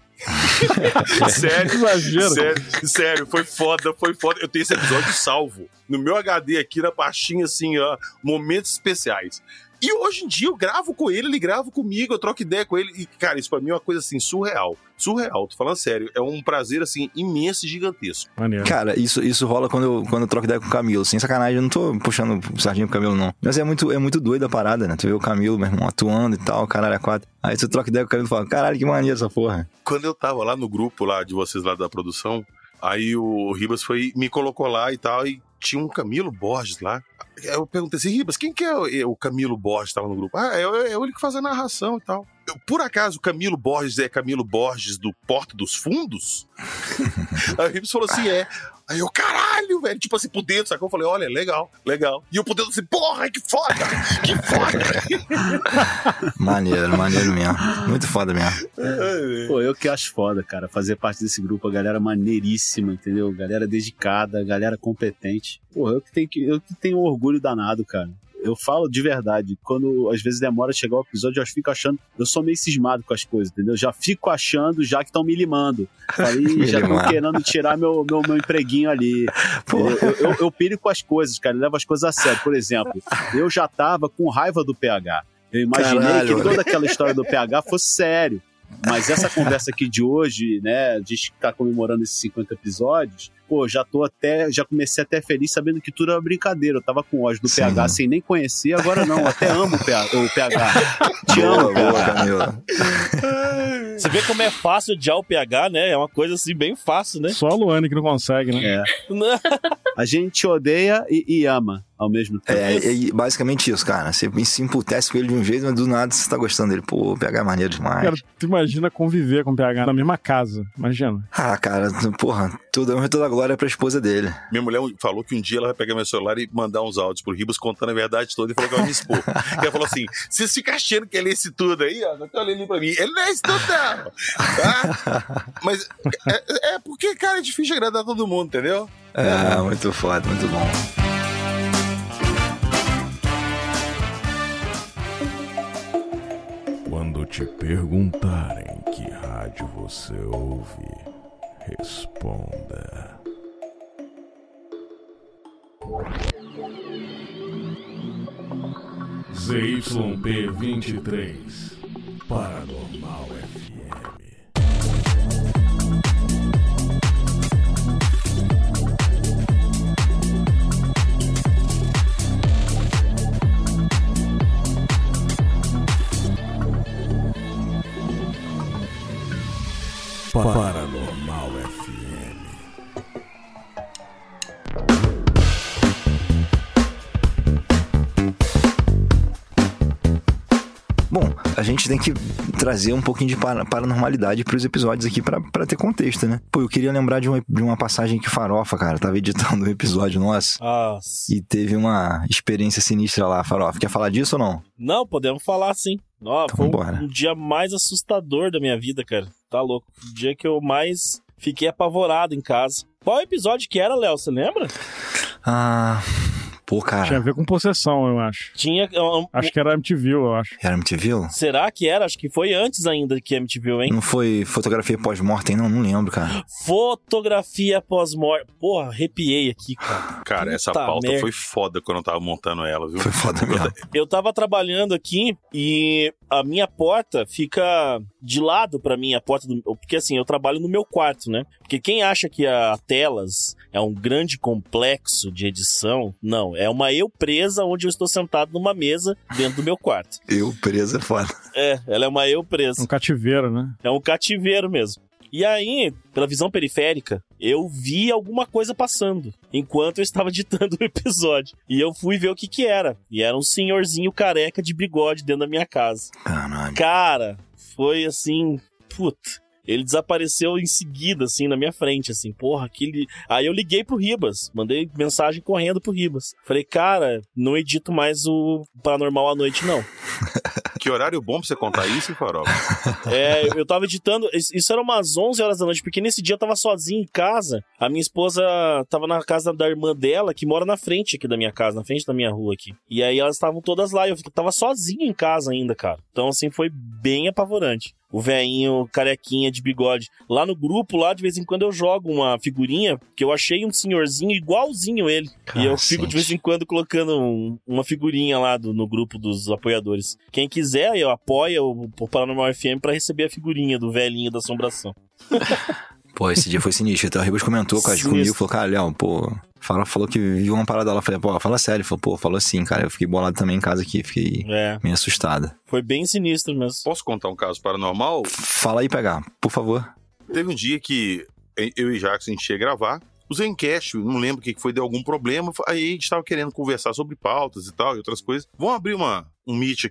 Sério, foi foda. Eu tenho esse episódio salvo no meu HD aqui na pastinha, assim, ó, momentos especiais. E hoje em dia eu gravo com ele grava comigo, eu troco ideia com ele. E, cara, isso pra mim é uma coisa, assim, surreal, tô falando sério. É um prazer, assim, imenso e gigantesco. Maneiro. Cara, isso rola quando eu troco ideia com o Camilo. Sem sacanagem, eu não tô puxando sardinha pro Camilo, não. Mas é muito doido a parada, né? Tu vê o Camilo, meu irmão, atuando e tal, caralho, a 4. Aí tu troca ideia com o Camilo e fala, caralho, que maneiro essa porra. Quando eu tava lá no grupo lá de vocês lá da produção, aí o Ribas me colocou lá e tal, e tinha um Camilo Borges lá. Eu perguntei assim, Ribas, quem que é o Camilo Borges que tava no grupo? É ele que faz a narração e tal. Por acaso o Camilo Borges é Camilo Borges do Porta dos Fundos? Aí o Ribas falou assim, Aí eu, caralho, velho. Tipo assim, por dentro, sacou? Eu falei, olha, legal. E eu por dentro assim, porra, que foda. Maneiro mesmo. Muito foda mesmo. Pô, eu que acho foda, cara, fazer parte desse grupo, a galera maneiríssima, entendeu? Galera dedicada, galera competente. Pô, eu que tenho orgulho danado, cara. Eu falo de verdade, quando às vezes demora a chegar o episódio, eu fico achando, eu sou meio cismado com as coisas, entendeu? Já fico achando, já que estão me limando. Aí já estão querendo tirar meu empreguinho ali. Eu piro com as coisas, cara, eu levo as coisas a sério. Por exemplo, eu já tava com raiva do PH. Eu imaginei que toda aquela história do PH fosse sério. Mas essa conversa aqui de hoje, né, a gente tá comemorando esses 50 episódios, pô, já comecei até feliz sabendo que tudo era brincadeira. Eu tava com ódio do PH sem nem conhecer, agora não, eu até amo o PH. Te amo, PH. Você vê como é fácil odiar o PH, né? É uma coisa assim bem fácil, né? Só a Luane que não consegue, né? É. A gente odeia e ama ao mesmo tempo. É basicamente isso, cara. Você se emputece com ele de um jeito, mas do nada você tá gostando dele. Pô, o PH é maneiro demais. Cara, tu imagina conviver com o PH na mesma casa. Imagina. Ah, cara, porra, toda a glória pra esposa dele. Minha mulher falou que um dia ela vai pegar meu celular e mandar uns áudios pro Ribas contando a verdade toda e falou que vai me expor. E ela falou assim, vocês ficam achando que ele é esse tudo aí, ó, não tá olhando pra mim. Ele não é esse tudo, não. Tá? Mas é porque, cara, é difícil agradar todo mundo, entendeu? Muito foda, muito bom. Quando te perguntarem que rádio você ouve, responda. ZYP23 Paranormal FM. Paranormal FM. Bom, a gente tem que trazer um pouquinho de paranormalidade pros episódios aqui pra ter contexto, né? Pô, eu queria lembrar de uma passagem que Farofa, cara, tava editando um episódio nosso e teve uma experiência sinistra lá, Farofa. Quer falar disso ou não? Não, podemos falar sim. Ó, então, foi bora. Um dia mais assustador da minha vida, cara. Tá louco. O dia que eu mais fiquei apavorado em casa. Qual episódio que era, Léo? Você lembra? Pô, cara. Tinha a ver com possessão, eu acho. Acho que era MTV, eu acho. Era MTV? Será que era? Acho que foi antes ainda que MTV, hein? Não foi fotografia pós-mortem, não lembro, cara. Fotografia pós-morte. Porra, arrepiei aqui, cara. Cara, Puta essa pauta merda. foi foda quando eu tava montando ela, viu? Foi foda mesmo. Eu tava trabalhando aqui e a minha porta fica de lado pra mim, a porta do... Porque assim, eu trabalho no meu quarto, né? Porque quem acha que a Telas é um grande complexo de edição, não. É uma eu presa onde eu estou sentado numa mesa dentro do meu quarto. Eu presa é foda. Ela é uma eu presa. Um cativeiro, né? É um cativeiro mesmo. E aí, pela visão periférica, eu vi alguma coisa passando enquanto eu estava editando o episódio. E eu fui ver o que era. E era um senhorzinho careca de bigode dentro da minha casa. Caralho. Cara, foi assim... Puta... Ele desapareceu em seguida, assim, na minha frente, assim, porra, aquele... Aí eu liguei pro Ribas, mandei mensagem correndo pro Ribas. Falei, cara, não edito mais o Paranormal à noite, não. Que horário bom pra você contar isso, Farol? Eu tava editando, isso era umas 11 horas da noite, porque nesse dia eu tava sozinho em casa. A minha esposa tava na casa da irmã dela, que mora na frente aqui da minha casa, na frente da minha rua aqui. E aí elas estavam todas lá, e eu tava sozinho em casa ainda, cara. Então, assim, foi bem apavorante. O velhinho, carequinha de bigode. Lá no grupo, lá de vez em quando eu jogo uma figurinha, que eu achei um senhorzinho igualzinho ele. E eu fico de vez em quando colocando uma figurinha lá no grupo dos apoiadores. Quem quiser, eu apoio o Paranormal FM pra receber a figurinha do velhinho da assombração. Pô, esse dia foi sinistro. Então o Ribas comentou comigo, falou, cara, Léo, pô... Falou que viu uma parada lá, falei, pô, fala sério. Falou, pô, falou assim, cara. Eu fiquei bolado também em casa aqui, fiquei meio assustado. Foi bem sinistro mesmo. Posso contar um caso paranormal? Fala aí, pegar, por favor. Teve um dia que eu e Jackson a gente ia gravar. O Zencast, não lembro o que foi, deu algum problema. Aí a gente tava querendo conversar sobre pautas e tal, e outras coisas. Vamos abrir um Meet aqui?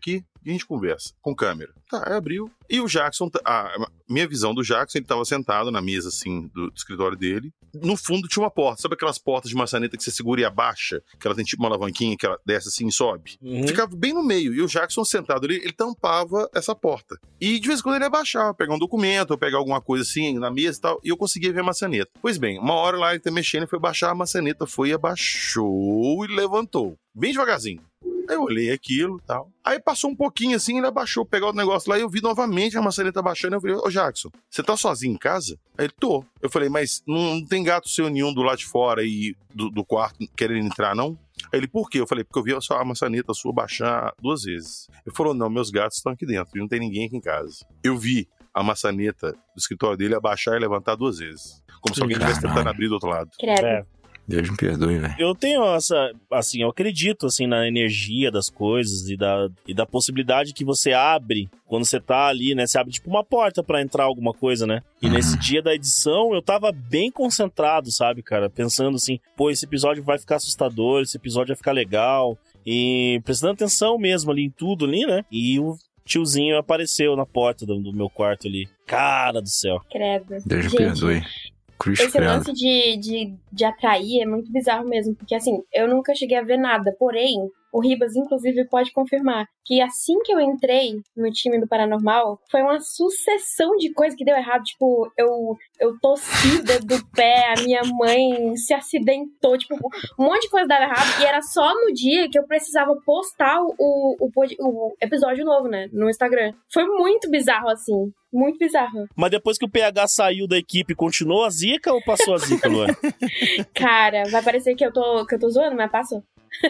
que a gente conversa? Com câmera. Tá, aí abriu. E o Jackson, a minha visão do Jackson, ele tava sentado na mesa, assim, do escritório dele. No fundo tinha uma porta. Sabe aquelas portas de maçaneta que você segura e abaixa? Que ela tem tipo uma alavanquinha que ela desce assim e sobe? Ficava bem no meio. E o Jackson sentado ali, ele tampava essa porta. E de vez em quando ele abaixava, pegar um documento, ou pegar alguma coisa assim na mesa e tal. E eu conseguia ver a maçaneta. Pois bem, uma hora lá ele tá mexendo, foi baixar a maçaneta. Foi, abaixou e levantou. Bem devagarzinho. Aí eu olhei aquilo e tal. Aí passou um pouquinho assim, ele abaixou, pegou o negócio lá e eu vi novamente a maçaneta abaixando. Eu falei, ô Jackson, você tá sozinho em casa? Aí ele, tô. Eu falei, mas não tem gato seu nenhum do lado de fora e do quarto querendo entrar, não? Aí ele, por quê? Eu falei, porque eu vi a maçaneta sua baixar 2 vezes. Ele falou, não, meus gatos estão aqui dentro e não tem ninguém aqui em casa. Eu vi a maçaneta do escritório dele abaixar e levantar 2 vezes. Como se alguém estivesse tentando abrir do outro lado. Credo. Deus me perdoe, velho. Eu tenho essa, assim, eu acredito, assim, na energia das coisas e da possibilidade que você abre quando você tá ali, né? Você abre, tipo, uma porta pra entrar alguma coisa, né? E nesse dia da edição, eu tava bem concentrado, sabe, cara? Pensando assim, pô, esse episódio vai ficar assustador, esse episódio vai ficar legal. E prestando atenção mesmo ali em tudo ali, né? E o tiozinho apareceu na porta do meu quarto ali. Cara do céu. Credo. Deus me Gente, perdoe. Cruz esse credo. lance de atrair é muito bizarro mesmo, porque assim, eu nunca cheguei a ver nada, porém, o Ribas, inclusive, pode confirmar que assim que eu entrei no time do Paranormal, foi uma sucessão de coisas que deu errado, tipo, eu tossi do pé, a minha mãe se acidentou, tipo, um monte de coisa dava errado, e era só no dia que eu precisava postar o episódio novo, né, no Instagram. Foi muito bizarro, assim. Muito bizarro. Mas depois que o PH saiu da equipe, continuou a zica ou passou a zica, Luan? Cara, vai parecer que eu tô zoando, mas passou.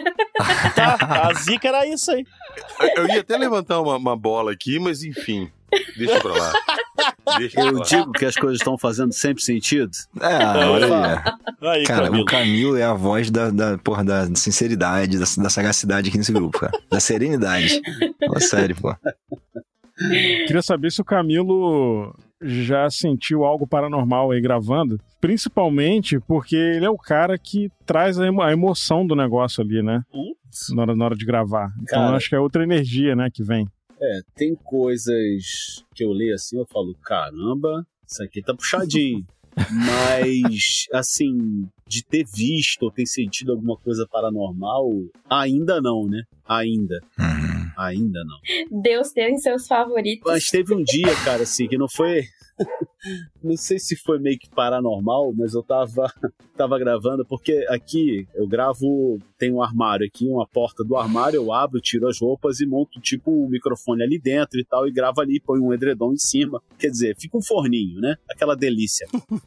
Tá, a zica era isso aí. Eu ia até levantar uma bola aqui, mas enfim, deixa pra lá. Eu digo que as coisas estão fazendo sempre sentido. Olha aí. Aí, Cara, Camilo. o Camilo é a voz da sinceridade, da sagacidade aqui nesse grupo, cara. Da serenidade. Fala sério, pô. Queria saber se o Camilo já sentiu algo paranormal aí gravando, principalmente porque ele é o cara que traz a emoção do negócio ali, né? Na hora de gravar. Então Cara, acho que é outra energia, né, que vem. Tem coisas que eu leio assim, eu falo, caramba, isso aqui tá puxadinho. Mas, assim, de ter visto ou ter sentido alguma coisa paranormal, ainda não, né? Ainda não. Deus tem seus favoritos. Mas teve um dia, cara, assim, que não foi... Não sei se foi meio que paranormal, mas eu tava gravando, porque aqui eu gravo, tem um armário aqui, uma porta do armário, eu abro, tiro as roupas e monto tipo um microfone ali dentro e tal, e gravo ali, põe um edredom em cima. Quer dizer, fica um forninho, né? Aquela delícia.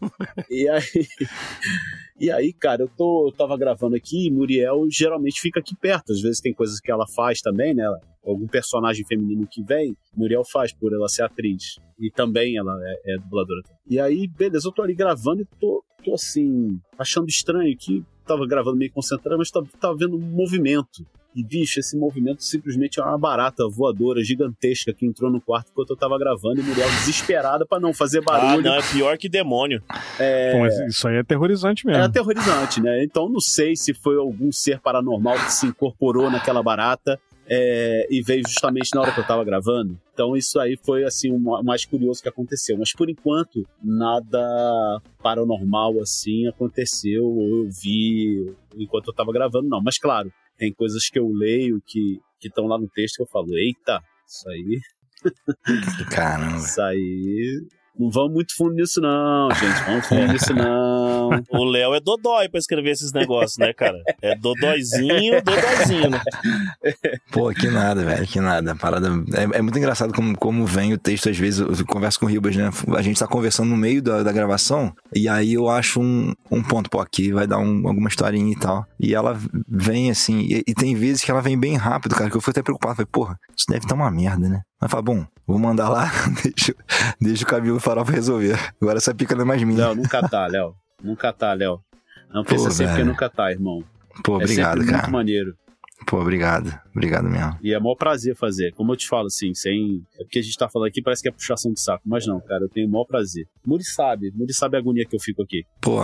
E aí, cara, eu tava gravando aqui e Muriel geralmente fica aqui perto. Às vezes tem coisas que ela faz também, né? Algum personagem feminino que vem, Muriel faz por ela ser atriz. E também ela é dubladora. E aí, beleza, eu tô ali gravando e tô assim, achando estranho que tava gravando meio concentrado, mas tava vendo um movimento. E, bicho, esse movimento simplesmente é uma barata voadora gigantesca que entrou no quarto enquanto eu tava gravando e Muriel desesperada pra não fazer barulho. Ah, não, é pior que demônio. Pô, mas isso aí é aterrorizante mesmo. É aterrorizante, né? Então não sei se foi algum ser paranormal que se incorporou naquela barata e veio justamente na hora que eu tava gravando. Então isso aí foi assim o mais curioso que aconteceu. Mas por enquanto, nada paranormal assim aconteceu ou eu vi enquanto eu tava gravando, não. Mas claro, tem coisas que eu leio que estão lá no texto que eu falo, eita, isso aí... Caramba. Isso aí... Não vamos muito fundo nisso não, gente. Vamos fundo nisso não. O Léo é dodói pra escrever esses negócios, né, cara? É dodóizinho, né? Pô, que nada, velho, que nada. A parada é muito engraçado como vem o texto, às vezes, eu converso com o Ribas, né? A gente tá conversando no meio da gravação, e aí eu acho um ponto, pô, aqui vai dar alguma historinha e tal. E ela vem assim, e tem vezes que ela vem bem rápido, cara, que eu fui até preocupado. Falei, porra, isso deve estar uma merda, né? Mas fala, bom, vou mandar lá, deixa o Camilo Farofa resolver. Agora essa pica não é mais minha. Léo, nunca tá, Léo. Não pensa assim, porque nunca tá, irmão. Pô, obrigado, sempre cara. Muito maneiro. Pô, obrigado. Obrigado mesmo. E é maior prazer fazer. Como eu te falo, assim, É porque a gente tá falando aqui, parece que é puxação de saco. Mas não, cara, eu tenho o maior prazer. Muri sabe a agonia que eu fico aqui. Pô,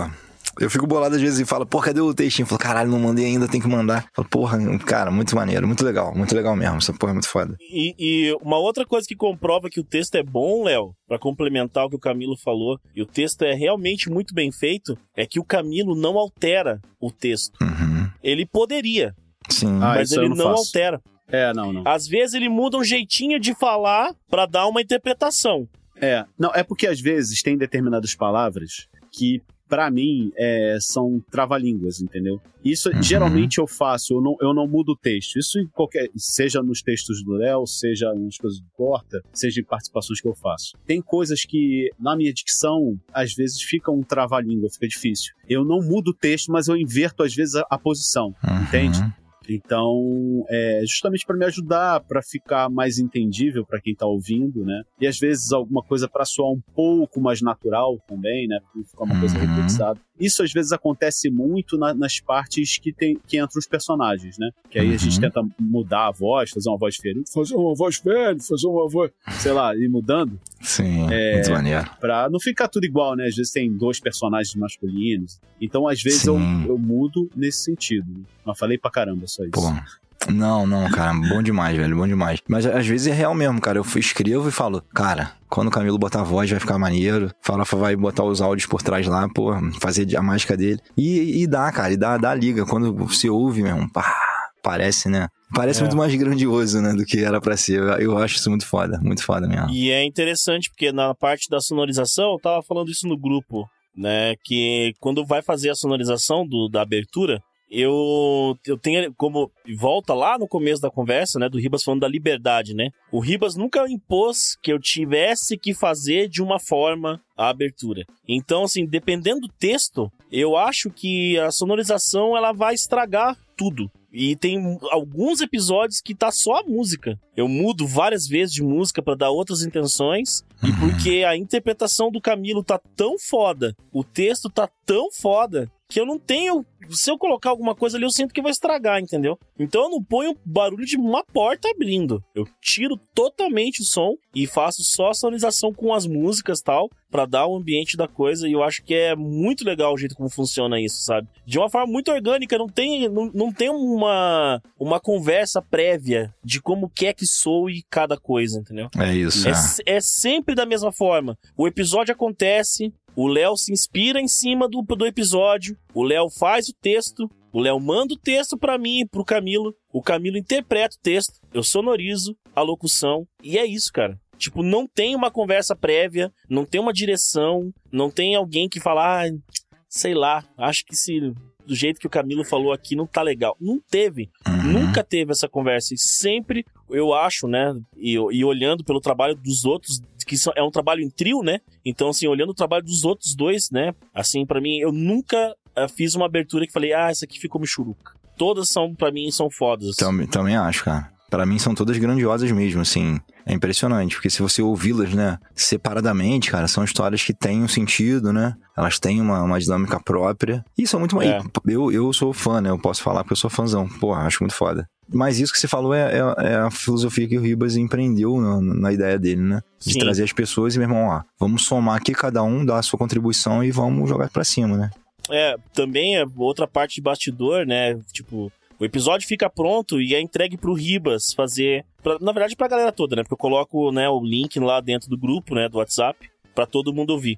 Eu fico bolado às vezes e falo, pô, cadê o textinho? Falo, caralho, não mandei ainda, tem que mandar. Falo, porra, cara, muito maneiro, muito legal mesmo. Essa porra é muito foda. E uma outra coisa que comprova que o texto é bom, Léo, pra complementar o que o Camilo falou, e o texto é realmente muito bem feito, é que o Camilo não altera o texto. Uhum. Ele poderia, Sim. mas ele não faço. altera. Não. Às vezes ele muda um jeitinho de falar pra dar uma interpretação. Não, é porque às vezes tem determinadas palavras que, pra mim, são trava-línguas, entendeu? Isso geralmente eu faço, eu não mudo o texto. Isso em seja nos textos do Léo, seja nas coisas do Corta, seja em participações que eu faço. Tem coisas que, na minha dicção, às vezes fica um trava-língua, fica difícil. Eu não mudo o texto, mas eu inverto, às vezes, a posição, entende? Então, justamente para me ajudar, para ficar mais entendível para quem tá ouvindo, né? E às vezes alguma coisa para soar um pouco mais natural também, né? Para ficar uma coisa repensada. Isso às vezes acontece muito nas partes que entram os personagens, né? Que aí a gente tenta mudar a voz, fazer uma voz diferente, fazer uma voz velha, fazer uma voz, sei lá, ir mudando. Sim, muito maneiro. Pra não ficar tudo igual, né? Às vezes tem 2 personagens masculinos. Então, às vezes, eu mudo nesse sentido. Mas falei pra caramba só isso. Pô. Não, cara, bom demais, velho, bom demais. Mas às vezes é real mesmo, cara. Eu escrevo e falo, cara, quando o Camilo botar a voz vai ficar maneiro. Farofa vai botar os áudios por trás lá, pô, fazer a mágica dele. E dá, cara, dá liga. Quando você ouve mesmo, pá, parece, né? Parece muito mais grandioso, né, do que era pra ser. Eu acho isso muito foda mesmo. E é interessante, porque na parte da sonorização, eu tava falando isso no grupo, né, que quando vai fazer a sonorização da abertura, eu tenho como... Volta lá no começo da conversa, né, do Ribas falando da liberdade, né? O Ribas nunca impôs que eu tivesse que fazer de uma forma a abertura. Então, assim, dependendo do texto, eu acho que a sonorização, ela vai estragar tudo. E tem alguns episódios que tá só a música. Eu mudo várias vezes de música pra dar outras intenções. E porque a interpretação do Camilo tá tão foda, o texto tá tão foda, que eu não tenho... Se eu colocar alguma coisa ali, eu sinto que vai estragar, entendeu? Então eu não ponho barulho de uma porta abrindo. Eu tiro totalmente o som e faço só a sonorização com as músicas e tal, pra dar o ambiente da coisa. E eu acho que é muito legal o jeito como funciona isso, sabe? De uma forma muito orgânica, não tem uma conversa prévia de como quer que soe cada coisa, entendeu? É isso. É sempre da mesma forma. O episódio acontece... O Léo se inspira em cima do episódio, o Léo faz o texto, o Léo manda o texto pra mim e pro Camilo, o Camilo interpreta o texto, eu sonorizo a locução, e é isso, cara. Tipo, não tem uma conversa prévia, não tem uma direção, não tem alguém que fala, sei lá, acho que do jeito que o Camilo falou aqui não tá legal. Não teve, nunca teve essa conversa, e sempre, eu acho, né, e olhando pelo trabalho dos outros, que é um trabalho em trio, né? Então, assim, olhando o trabalho dos outros dois, né? Assim, pra mim, eu nunca fiz uma abertura que falei, essa aqui ficou michuruca. Todas pra mim, são fodas. Também acho, cara. Pra mim, são todas grandiosas mesmo, assim. É impressionante, porque se você ouvi-las, né, separadamente, cara, são histórias que têm um sentido, né? Elas têm uma dinâmica própria. E são muito... Eu sou fã, né? Eu posso falar porque eu sou fãzão. Porra, acho muito foda. Mas isso que você falou é a filosofia que o Ribas empreendeu na ideia dele, né? De trazer as pessoas e, meu irmão, vamos somar aqui, cada um dá a sua contribuição e vamos jogar pra cima, né? Também é outra parte de bastidor, né? Tipo, o episódio fica pronto e é entregue pro Ribas fazer... na verdade, pra galera toda, né? Porque eu coloco, né, o link lá dentro do grupo, né, do WhatsApp, pra todo mundo ouvir.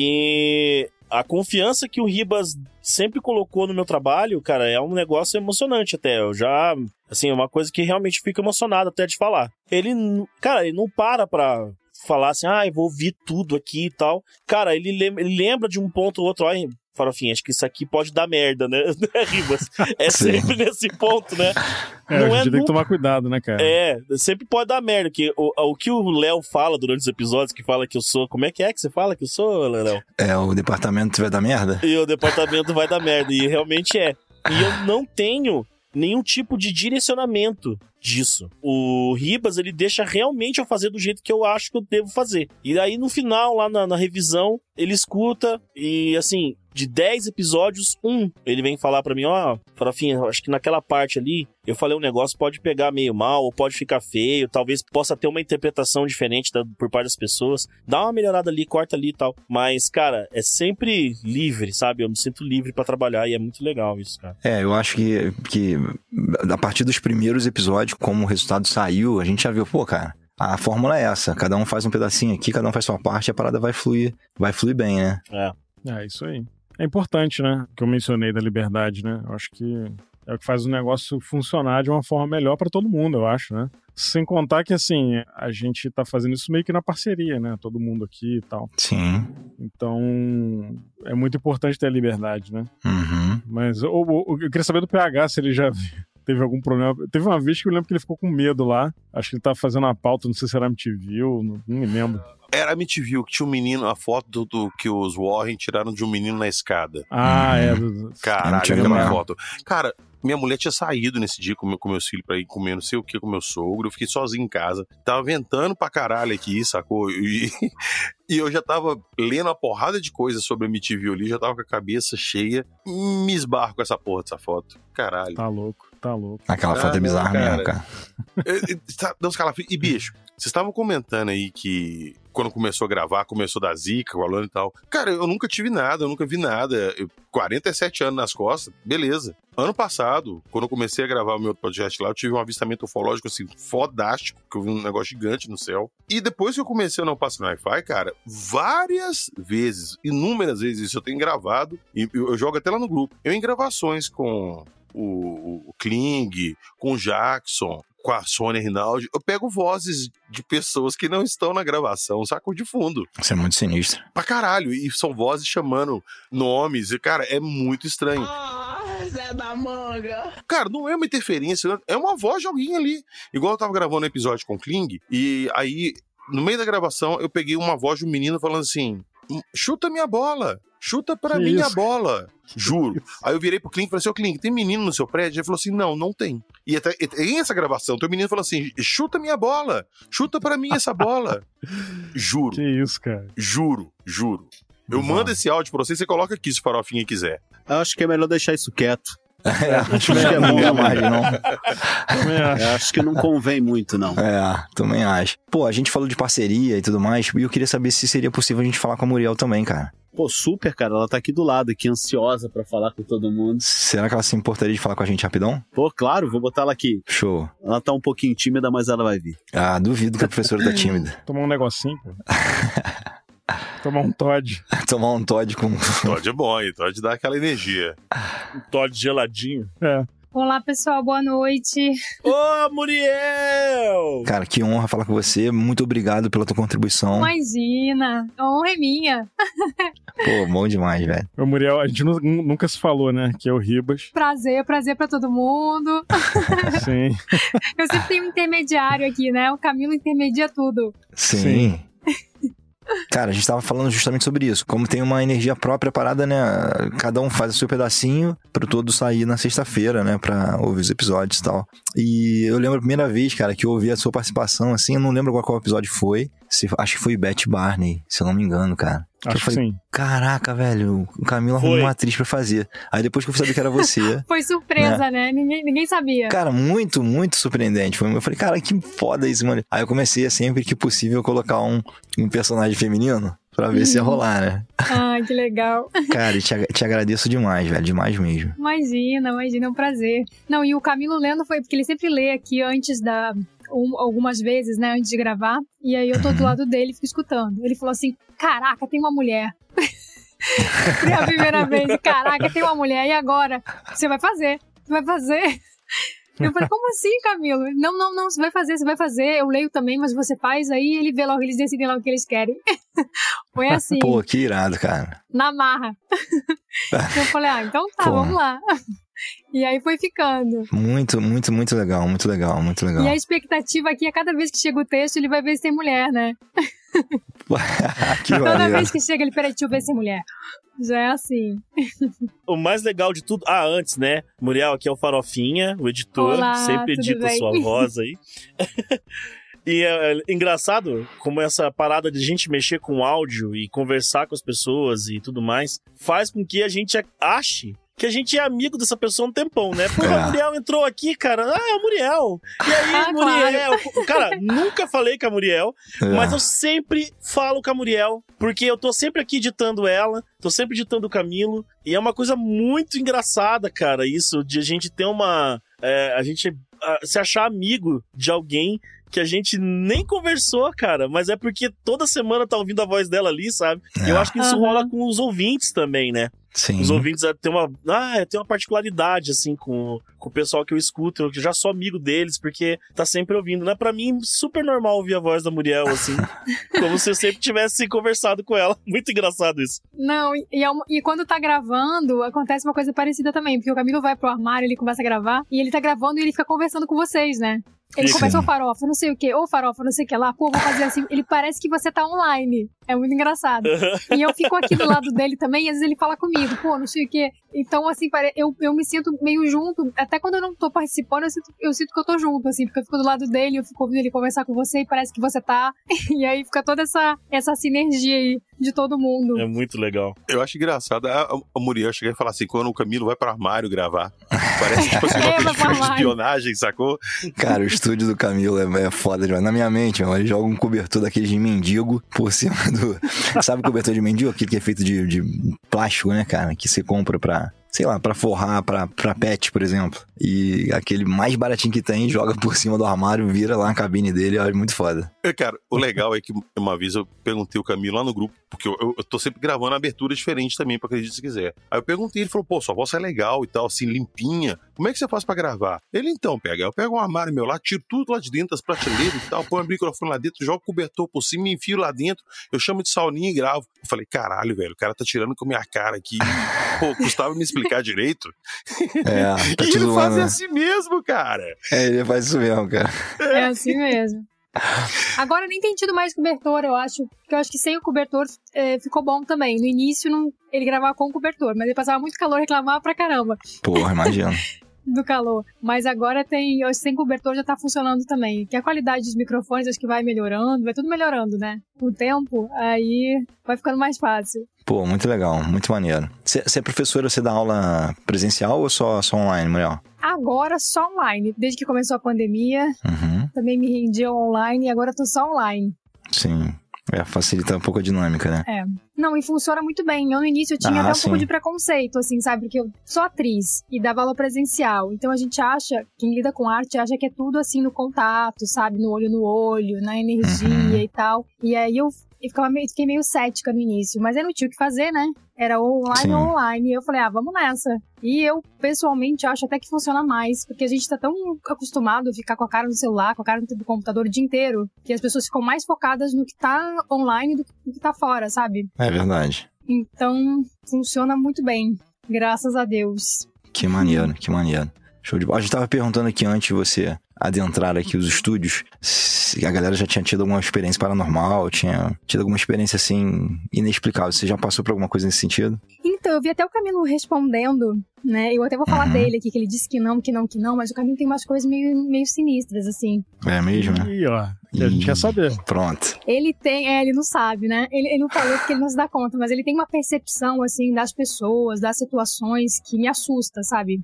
E... a confiança que o Ribas sempre colocou no meu trabalho, cara, é um negócio emocionante até. Eu já... assim, é uma coisa que realmente fica emocionado até de falar. Ele não para pra falar assim, eu vou ouvir tudo aqui e tal. Cara, ele lembra de um ponto ou outro, Farofinha, acho que isso aqui pode dar merda, né? Ribas. É sempre nesse ponto, né? A gente tem que tomar cuidado, né, cara? Sempre pode dar merda. Que o que o Léo fala durante os episódios, que fala que eu sou... Como é que você fala que eu sou, Léo? O departamento vai dar merda? E o departamento vai dar merda, e realmente é. E eu não tenho nenhum tipo de direcionamento disso. O Ribas, ele deixa realmente eu fazer do jeito que eu acho que eu devo fazer. E aí, no final, lá na revisão, ele escuta e, assim, de 10 episódios, ele vem falar pra mim, Farofinha, acho que naquela parte ali, eu falei um negócio, pode pegar meio mal, ou pode ficar feio, talvez possa ter uma interpretação diferente por parte das pessoas. Dá uma melhorada ali, corta ali e tal. Mas, cara, é sempre livre, sabe? Eu me sinto livre pra trabalhar e é muito legal isso, cara. Eu acho que a partir dos primeiros episódios, como o resultado saiu, a gente já viu, cara, a fórmula é essa, cada um faz um pedacinho aqui, cada um faz sua parte, a parada vai fluir bem, né? É isso aí. É importante, né? Que eu mencionei da liberdade, né? Eu acho que é o que faz o negócio funcionar de uma forma melhor pra todo mundo, eu acho, né? Sem contar que, assim, a gente tá fazendo isso meio que na parceria, né? Todo mundo aqui e tal. Sim. Então, é muito importante ter a liberdade, né? Uhum. Mas eu queria saber do PH se ele já teve algum problema. Teve uma vez que eu lembro que ele ficou com medo lá. Acho que ele tava fazendo uma pauta, não sei se era MTV ou não me lembro. Era a MTV, que tinha um menino, a foto do que os Warren tiraram de um menino na escada. Caralho, aquela foto. Cara, minha mulher tinha saído nesse dia com meus filhos pra ir comer não sei o que com meu sogro. Eu fiquei sozinho em casa. Tava ventando pra caralho aqui, sacou? E eu já tava lendo uma porrada de coisas sobre a MTV ali, já tava com a cabeça cheia. Me esbarro com essa porra dessa foto. Caralho. Tá louco. Aquela foto é bizarra mesmo, cara. E, bicho, vocês estavam comentando aí que quando começou a gravar, começou da zica, com a Alana e tal. Cara, eu nunca tive nada, eu nunca vi nada. 47 anos nas costas, beleza. Ano passado, quando eu comecei a gravar o meu podcast lá, eu tive um avistamento ufológico, assim, fodástico, que eu vi um negócio gigante no céu. E depois que eu comecei a não passar no Wi-Fi, cara, várias vezes, inúmeras vezes, isso eu tenho gravado, e eu jogo até lá no grupo. Eu em gravações com o Kling, com o Jackson, com a Sônia Rinaldi, eu pego vozes de pessoas que não estão na gravação, saco de fundo. Isso é muito sinistro. Pra caralho, e são vozes chamando nomes, e cara, é muito estranho. Zé da Manga! Cara, não é uma interferência, é uma voz de alguém ali. Igual eu tava gravando um episódio com o Kling, e aí, no meio da gravação, eu peguei uma voz de um menino falando assim, chuta minha bola! Chuta pra mim a bola. Juro. Aí eu virei pro Kling e falei assim, Kling, tem menino no seu prédio? Ele falou assim, não tem. E até em essa gravação, tem um menino falou assim, chuta minha bola. Chuta pra mim essa bola. Juro. Que isso, cara. Juro. Eu mando esse áudio pra você coloca aqui se o Farofinha quiser. Eu acho que é melhor deixar isso quieto. Acho que não é mais, não. Acho que não convém muito, não. Também acho. Pô, a gente falou de parceria e tudo mais, e eu queria saber se seria possível a gente falar com a Muriel também, cara. Pô, super, cara. Ela tá aqui do lado, aqui, ansiosa pra falar com todo mundo. Será que ela se importaria de falar com a gente rapidão? Pô, claro, vou botar ela aqui. Show. Ela tá um pouquinho tímida, mas ela vai vir. Duvido que a professora tá tímida. Tomar um negocinho, pô. Tomar um Todd. Tomar um Todd com... Todd é bom, hein? Todd dá aquela energia. Um Todd geladinho. Olá, pessoal, boa noite. Ô, Muriel! Cara, que honra falar com você. Muito obrigado pela tua contribuição. Imagina, a honra é minha. Pô, bom demais, velho. Ô, Muriel, a gente nunca se falou, né? Que é o Ribas. Prazer pra todo mundo. Sim. Eu sempre tenho um intermediário aqui, né? O Camilo intermedia tudo. Sim. Cara, a gente tava falando justamente sobre isso. Como tem uma energia própria parada, né? Cada um faz o seu pedacinho pro todo sair na sexta-feira, né? Pra ouvir os episódios e tal. E eu lembro a primeira vez, cara, que eu ouvi a sua participação, assim, eu não lembro qual episódio foi. Acho que foi Beth Barney, se eu não me engano, cara. Acho que sim. Caraca, velho, o Camilo arrumou uma atriz pra fazer. Aí depois que eu fui saber que era você... Foi surpresa, né? Ninguém sabia. Cara, muito, muito surpreendente. Eu falei, cara, que foda isso, mano. Aí eu comecei a sempre que possível colocar um personagem feminino pra ver se ia rolar, né? Que legal. Cara, te agradeço demais, velho, demais mesmo. Imagina, é um prazer. Não, e o Camilo lendo foi porque ele sempre lê aqui antes algumas vezes, né, antes de gravar, e aí eu tô do lado dele e fico escutando. Ele falou assim, caraca, tem uma mulher. Foi a primeira vez, caraca, tem uma mulher, e agora? Você vai fazer. Eu falei, como assim, Camilo? Não, você vai fazer, eu leio também, mas você faz, aí ele vê logo, eles decidem logo o que eles querem. Foi assim. Pô, que irado, cara. Na marra. Eu falei, então tá, vamos lá. E aí foi ficando. Muito, muito, muito legal, muito legal, muito legal. E a expectativa aqui é cada vez que chega o texto, ele vai ver se tem mulher, né? Toda vez que chega, ele, peraí, deixa eu ver se tem mulher. Já é assim. O mais legal de tudo... antes, né? Muriel, aqui é o Farofinha, o editor. Olá, sempre edita sua voz aí. E é engraçado como essa parada de a gente mexer com áudio e conversar com as pessoas e tudo mais faz com que a gente ache que a gente é amigo dessa pessoa há um tempão, né? Pô, a Muriel entrou aqui, cara. Ah, é o Muriel. E aí, Muriel? Claro. Cara, nunca falei com a Muriel, mas eu sempre falo com a Muriel, porque eu tô sempre aqui editando ela, tô sempre editando o Camilo, e é uma coisa muito engraçada, cara, isso de a gente ter a gente se achar amigo de alguém que a gente nem conversou, cara, mas é porque toda semana tá ouvindo a voz dela ali, sabe? E eu acho que isso rola com os ouvintes também, né? Sim. Os ouvintes têm uma particularidade, assim, com o pessoal que eu escuto, eu já sou amigo deles, porque tá sempre ouvindo, né? Pra mim, super normal ouvir a voz da Muriel, assim, como se eu sempre tivesse conversado com ela. Muito engraçado isso. Não, e quando tá gravando, acontece uma coisa parecida também, porque o Camilo vai pro armário, ele começa a gravar, e ele tá gravando e ele fica conversando com vocês, né? Ele começa, ô Farofa, não sei o que, ô Farofa, não sei o que lá, pô, vou fazer assim. Ele parece que você tá online. É muito engraçado. E eu fico aqui do lado dele também, e às vezes ele fala comigo, pô, não sei o que. Então, assim, eu me sinto meio junto. Até quando eu não tô participando, eu sinto que eu tô junto, assim, porque eu fico do lado dele, eu fico ouvindo ele conversar com você e parece que você tá. E aí fica toda essa sinergia aí de todo mundo. É muito legal. Eu acho engraçado a Muriel chegar e falar assim, quando o Camilo vai pro armário gravar. Parece tipo assim, uma coisa de espionagem, sacou? Cara, o estúdio do Camilo é foda demais. Na minha mente, mano, ele joga um cobertor daquele de mendigo por cima do... Sabe o cobertor de mendigo? Aquele que é feito de plástico, né, cara? Que você compra pra... sei lá, pra forrar, pra pet, por exemplo. E aquele mais baratinho que tem, joga por cima do armário, vira lá na cabine dele, é muito foda. Cara, o legal é que uma vez eu perguntei o Camilo lá no grupo, porque eu tô sempre gravando abertura diferente também, pra acreditar se quiser. Aí eu perguntei, ele falou, pô, sua voz é legal e tal, assim, limpinha. Como é que você faz pra gravar? Ele, então, eu pego um armário meu lá, tiro tudo lá de dentro das prateleiras e tal, põe o microfone lá dentro, jogo o cobertor por cima, me enfio lá dentro, eu chamo de sauninha e gravo. Eu falei, caralho, velho, o cara tá tirando com a minha cara aqui. Pô, custava me explicar direito. Tá e ele faz assim mesmo, cara. Ele faz isso mesmo, cara. É assim mesmo. Agora nem tem tido mais cobertor, eu acho. Porque eu acho que sem o cobertor ficou bom também. No início ele gravava com o cobertor, mas ele passava muito calor e reclamava pra caramba. Porra, imagina. Do calor. Mas agora sem cobertor já tá funcionando também. Que a qualidade dos microfones acho que vai melhorando, vai tudo melhorando, né? Com o tempo, aí vai ficando mais fácil. Pô, muito legal, muito maneiro. Você é professora, você dá aula presencial ou só online, Muriel? Agora só online. Desde que começou a pandemia, também me rendi ao online e agora tô só online. Sim. Facilita um pouco a dinâmica, né? Não, e funciona muito bem. Eu no início eu tinha até um pouco de preconceito, assim, sabe? Porque eu sou atriz e dava aula presencial. Então a gente acha, quem lida com arte, acha que é tudo assim no contato, sabe? No olho, na energia e tal. E aí eu fiquei meio cética no início, mas eu não tinha o que fazer, né? Era online ou online. E eu falei, vamos nessa. E eu, pessoalmente, acho até que funciona mais, porque a gente tá tão acostumado a ficar com a cara no celular, com a cara do computador o dia inteiro, que as pessoas ficam mais focadas no que tá online do que tá fora, sabe? É verdade. Então, funciona muito bem. Graças a Deus. Que maneiro, que maneiro. Show de bola. A gente tava perguntando aqui antes de você adentrar aqui os estúdios, se a galera já tinha tido alguma experiência paranormal, tinha tido alguma experiência assim inexplicável. Você já passou por alguma coisa nesse sentido? Então, eu vi até o Camilo respondendo, né? Eu até vou falar dele aqui, que ele disse que não, mas o Camilo tem umas coisas meio sinistras, assim. É mesmo, né? E ó, a gente quer saber. Pronto. Ele tem, ele não sabe, né? Ele não falou porque ele não se dá conta, mas ele tem uma percepção, assim, das pessoas, das situações que me assusta, sabe?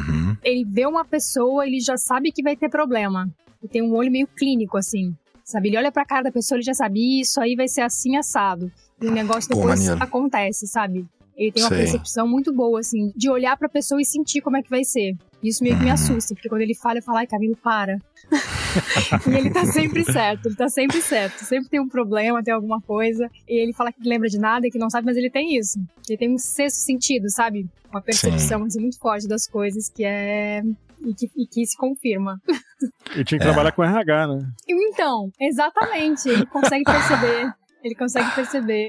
Ele vê uma pessoa, ele já sabe que vai ter problema. Ele tem um olho meio clínico, assim, sabe? Ele olha pra cara da pessoa, ele já sabe, isso aí vai ser assim, assado. E o negócio depois acontece, sabe? Ele tem uma percepção muito boa, assim, de olhar pra pessoa e sentir como é que vai ser. Isso meio que me assusta, porque quando ele fala, eu falo, ai, Camilo, para. E ele tá sempre certo, Sempre tem um problema, tem alguma coisa. E ele fala que não lembra de nada, que não sabe, mas ele tem isso. Ele tem um sexto sentido, sabe? Uma percepção assim, muito forte das coisas, que é... E que se confirma. Ele tinha que trabalhar com RH, né? Então, exatamente. Ele consegue perceber.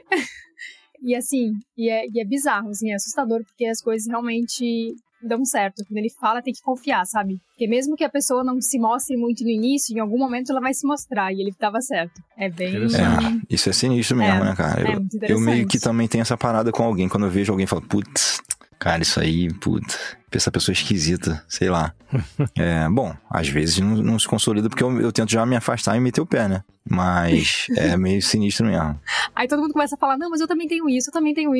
E assim, é bizarro, assim, é assustador, porque as coisas realmente dão certo. Quando ele fala, tem que confiar, sabe? Porque mesmo que a pessoa não se mostre muito no início, em algum momento ela vai se mostrar, e ele tava certo. É bem... isso é sinistro mesmo, né, cara? É muito interessante. Eu meio que também tenho essa parada com alguém, quando eu vejo alguém e falo, putz, Cara, isso aí, puta, essa pessoa esquisita, sei lá. Bom, às vezes não se consolida porque eu tento já me afastar e meter o pé, né? Mas é meio sinistro mesmo. Aí todo mundo começa a falar, não, mas eu também tenho isso,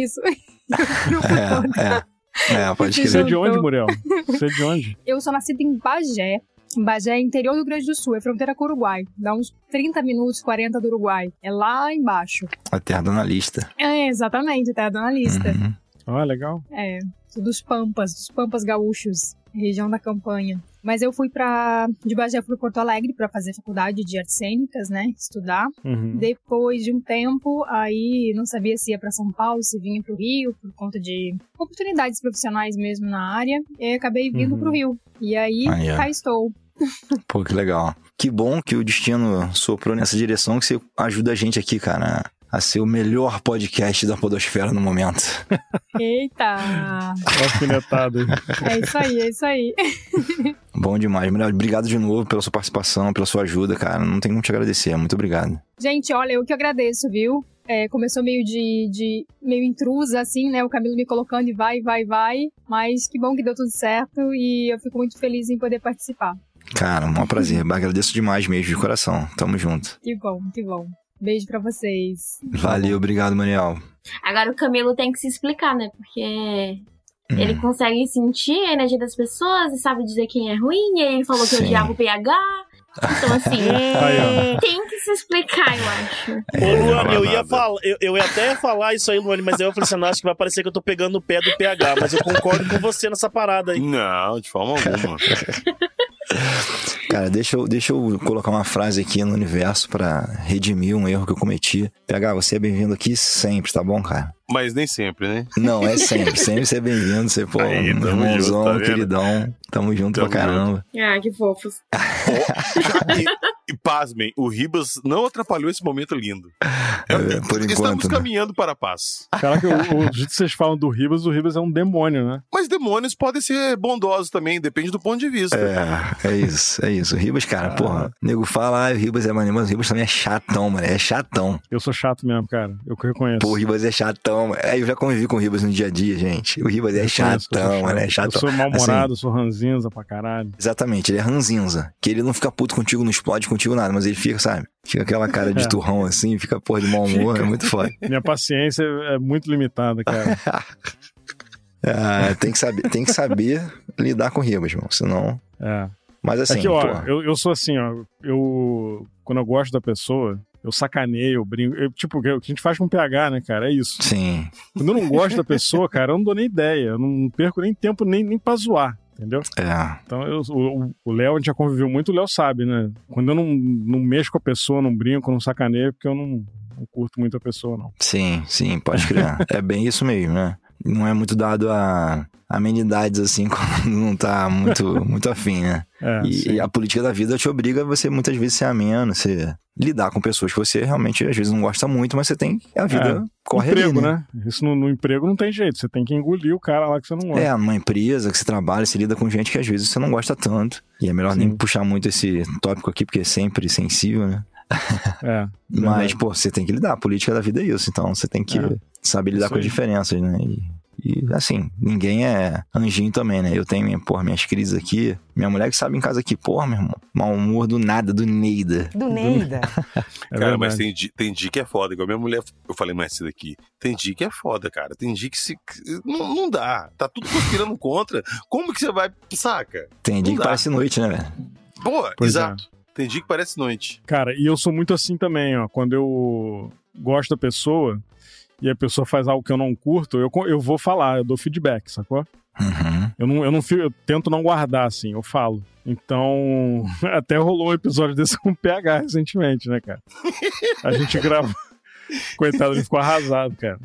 Pode Você é crer. de onde, Muriel? Você é de onde? Eu sou nascida em Bagé. Bagé é interior do Rio Grande do Sul, é fronteira com o Uruguai. Dá uns 30 minutos, 40 do Uruguai. É lá embaixo. A terra da analista. Exatamente, terra da analista. Legal. Dos Pampas gaúchos, região da Campanha. Mas eu fui de Bagé fui para Porto Alegre para fazer faculdade de artes cênicas, né, estudar. Depois de um tempo, aí não sabia se ia para São Paulo, se vinha pro Rio, por conta de oportunidades profissionais mesmo na área. E aí acabei vindo pro Rio. E aí, cá estou. Pô, que legal. Que bom que o destino soprou nessa direção, que você ajuda a gente aqui, cara, a ser o melhor podcast da podosfera no momento. Eita! Alfinetado aí. É isso aí. Bom demais, Muriel. Obrigado de novo pela sua participação, pela sua ajuda, cara. Não tem como te agradecer. Muito obrigado. Gente, olha, eu que agradeço, viu? Começou meio meio intrusa, assim, né? O Camilo me colocando e vai. Mas que bom que deu tudo certo e eu fico muito feliz em poder participar. Cara, um prazer. Agradeço demais mesmo, de coração. Tamo junto. Que bom. Beijo pra vocês. Valeu, obrigado, Muriel. Agora o Camilo tem que se explicar, né? Porque ele consegue sentir a energia das pessoas e sabe dizer quem é ruim. E aí ele falou que odiava o PH. Então, assim, tem que se explicar, eu acho. Ô, Luane, eu ia até falar isso aí, Luane, mas aí eu falei assim, não, acho que vai parecer que eu tô pegando no pé do PH, mas eu concordo com você nessa parada aí. Não, de forma alguma. Cara, deixa eu colocar uma frase aqui no universo pra redimir um erro que eu cometi. PH, você é bem-vindo aqui sempre, tá bom, cara? Mas nem sempre, né? Não, é sempre. Sempre você é bem-vindo. Você, pô, aí, um irmãozão, junto, tá queridão. Tamo junto pra caramba. Que fofos. E pasmem, o Ribas não atrapalhou esse momento lindo. Por enquanto, estamos né? caminhando para a paz. Caraca, o jeito que vocês falam do Ribas, o Ribas é um demônio, né? Mas demônios podem ser bondosos também, depende do ponto de vista. É isso. O Ribas, cara, porra, o nego fala, o Ribas é maneiro, mas o Ribas também é chatão, mano. É chatão. Eu sou chato mesmo, cara. Eu que reconheço. Pô, o Ribas é chatão. Eu já convivi com o Ribas no dia a dia, gente. O Ribas é chatão, mano. É chatão. Eu sou mal-humorado, assim, sou ranzinza pra caralho. Exatamente, ele é ranzinza. Que ele não fica puto contigo, não explode contigo nada, mas ele fica, sabe? Fica aquela cara de turrão assim, fica porra de mau humor, é muito foda. Minha paciência é muito limitada, cara. Tem que saber lidar com o Ribas, irmão, senão... Mas assim, aqui, ó, eu sou assim, ó, quando eu gosto da pessoa, eu sacaneio, eu brinco, tipo, o que a gente faz com o PH, né, cara, é isso. Sim. Quando eu não gosto da pessoa, cara, eu não dou nem ideia, eu não perco nem tempo nem pra zoar. Entendeu? Então, o Léo, a gente já conviveu muito, o Léo sabe, né? Quando eu não mexo com a pessoa, não brinco, não sacaneio, porque eu não curto muito a pessoa, não. Sim, pode crer. É bem isso mesmo, né? Não é muito dado a amenidades, assim, quando não tá muito afim, né? E a política da vida te obriga a você, muitas vezes, ser ameno, você lidar com pessoas que você realmente, às vezes, não gosta muito, mas você tem... A vida corre emprego, ali, né? Isso no emprego não tem jeito, você tem que engolir o cara lá que você não gosta. Numa empresa que você trabalha, você lida com gente que, às vezes, você não gosta tanto. E é melhor nem puxar muito esse tópico aqui, porque é sempre sensível, né? Mas, pô, você tem que lidar. A política da vida é isso. Então, você tem que saber lidar com as diferenças, né? E, assim, ninguém é anjinho também, né? Eu tenho, minhas crises aqui. Minha mulher que sabe em casa aqui, porra, meu irmão, mau humor do nada, do Neida. Cara, mas tem dia que é foda. Igual minha mulher, eu falei mais cedo aqui. Tem dia que é foda, cara. Tem dia que não dá. Tá tudo conspirando contra. Como que você vai, saca? Tem dia que parece noite, né, velho? Boa, exato. Tem dia que parece noite. Cara, e eu sou muito assim também, ó. Quando eu gosto da pessoa e a pessoa faz algo que eu não curto, eu vou falar, eu dou feedback, sacou? Eu tento não guardar, assim, eu falo. Então, até rolou um episódio desse com o PH recentemente, né, cara? A gente gravou. Coitado, ele ficou arrasado, cara.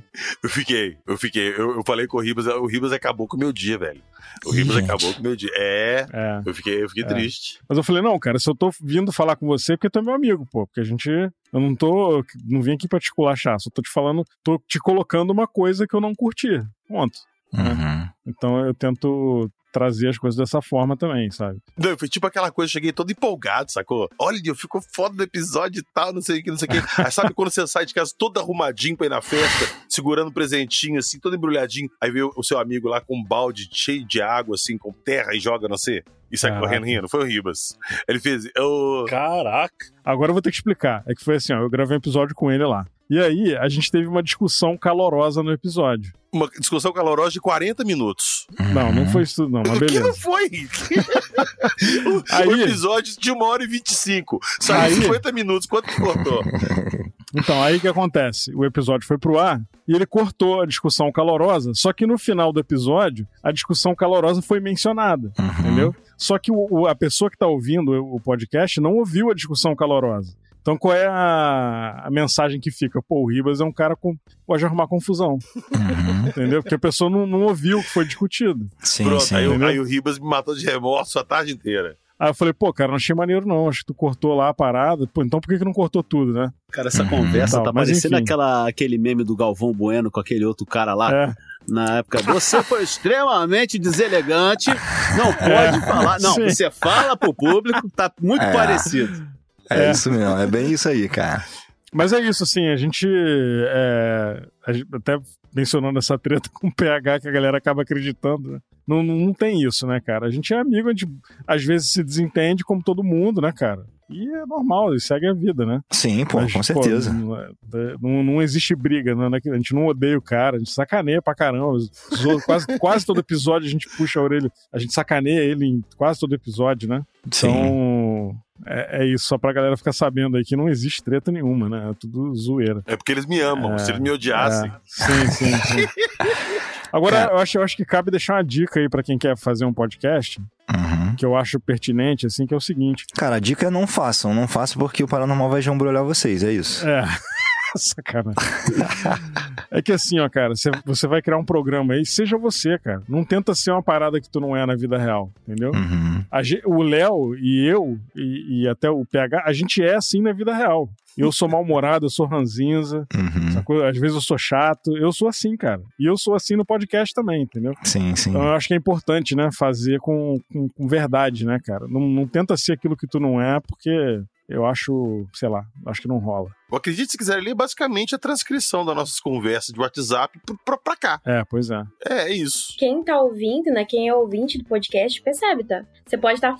Eu falei com o Ribas acabou com o meu dia, velho. O Ribas acabou com o meu dia. Eu fiquei triste. Mas eu falei, não, cara, se eu tô vindo falar com você, porque tu é meu amigo, pô. Porque eu não vim aqui pra te culachar, só tô te colocando uma coisa que eu não curti. Ponto. Então eu tento trazer as coisas dessa forma também, sabe? Não, foi tipo aquela coisa, eu cheguei todo empolgado, sacou? Olha, eu fico foda do episódio e tal, não sei o que, não sei o que. Aí sabe quando você sai de casa todo arrumadinho pra ir na festa, segurando um presentinho, assim, todo embrulhadinho, aí vê o seu amigo lá com um balde cheio de água, assim, com terra e joga, não sei, e sai correndo rindo. Foi o Ribas. Ele fez... Caraca! Agora eu vou ter que explicar. É que foi assim, ó, eu gravei um episódio com ele lá. E aí, a gente teve uma discussão calorosa no episódio. Uma discussão calorosa de 40 minutos. Não foi isso tudo, não, mas beleza. Que não foi? O episódio de 1h25. Saiu 50 minutos. Quanto que cortou? Então, aí o que acontece? O episódio foi pro ar e ele cortou a discussão calorosa, só que no final do episódio, a discussão calorosa foi mencionada, entendeu? Só que a pessoa que tá ouvindo o podcast não ouviu a discussão calorosa. Então, qual é a mensagem que fica? Pô, o Ribas é um cara que pode arrumar confusão. Entendeu? Porque a pessoa não ouviu o que foi discutido. Sim, pronto, sim. Aí o Ribas me matou de remorso a tarde inteira. Aí eu falei, pô, cara, não achei maneiro não, acho que tu cortou lá a parada. Pô, então por que não cortou tudo, né? Cara, essa conversa tá parecendo enfim. aquele meme do Galvão Bueno com aquele outro cara lá. Na época, você foi extremamente deselegante, não pode falar. Não, Sim. você fala pro público, tá muito parecido. É isso mesmo, é bem isso aí, cara. Mas é isso, assim, a gente até mencionando essa treta com o PH que a galera acaba acreditando, né? Não tem isso, né, cara? A gente é amigo, a gente às vezes se desentende como todo mundo, né, cara? E é normal, segue a vida, né? Sim, pô, mas, com certeza. Não existe briga, né? A gente não odeia o cara, a gente sacaneia pra caramba. Quase todo episódio a gente puxa a orelha, a gente sacaneia ele em quase todo episódio, né? Então, é isso, só pra galera ficar sabendo aí que não existe treta nenhuma, né? É tudo zoeira. É porque eles me amam, se eles me odiassem. Sim. Agora, eu acho que cabe deixar uma dica aí pra quem quer fazer um podcast, que eu acho pertinente, assim, que é o seguinte. Cara, a dica é não façam porque o Paranormal vai jambrolhar vocês, é isso. Sacanagem. É que assim, ó, cara, você vai criar um programa aí, seja você, cara. Não tenta ser uma parada que tu não é na vida real, entendeu? O Léo e eu, e até o PH, a gente é assim na vida real. Eu sou mal-humorado, eu sou ranzinza, às vezes eu sou chato, eu sou assim, cara. E eu sou assim no podcast também, entendeu? Sim. Então eu acho que é importante, né, fazer com verdade, né, cara? Não tenta ser aquilo que tu não é, porque eu acho, sei lá, acho que não rola. Eu acredito, se quiser ler, basicamente a transcrição das nossas conversas de WhatsApp pra cá. Pois é. É isso. Quem tá ouvindo, né, quem é ouvinte do podcast, percebe, tá? Você pode estar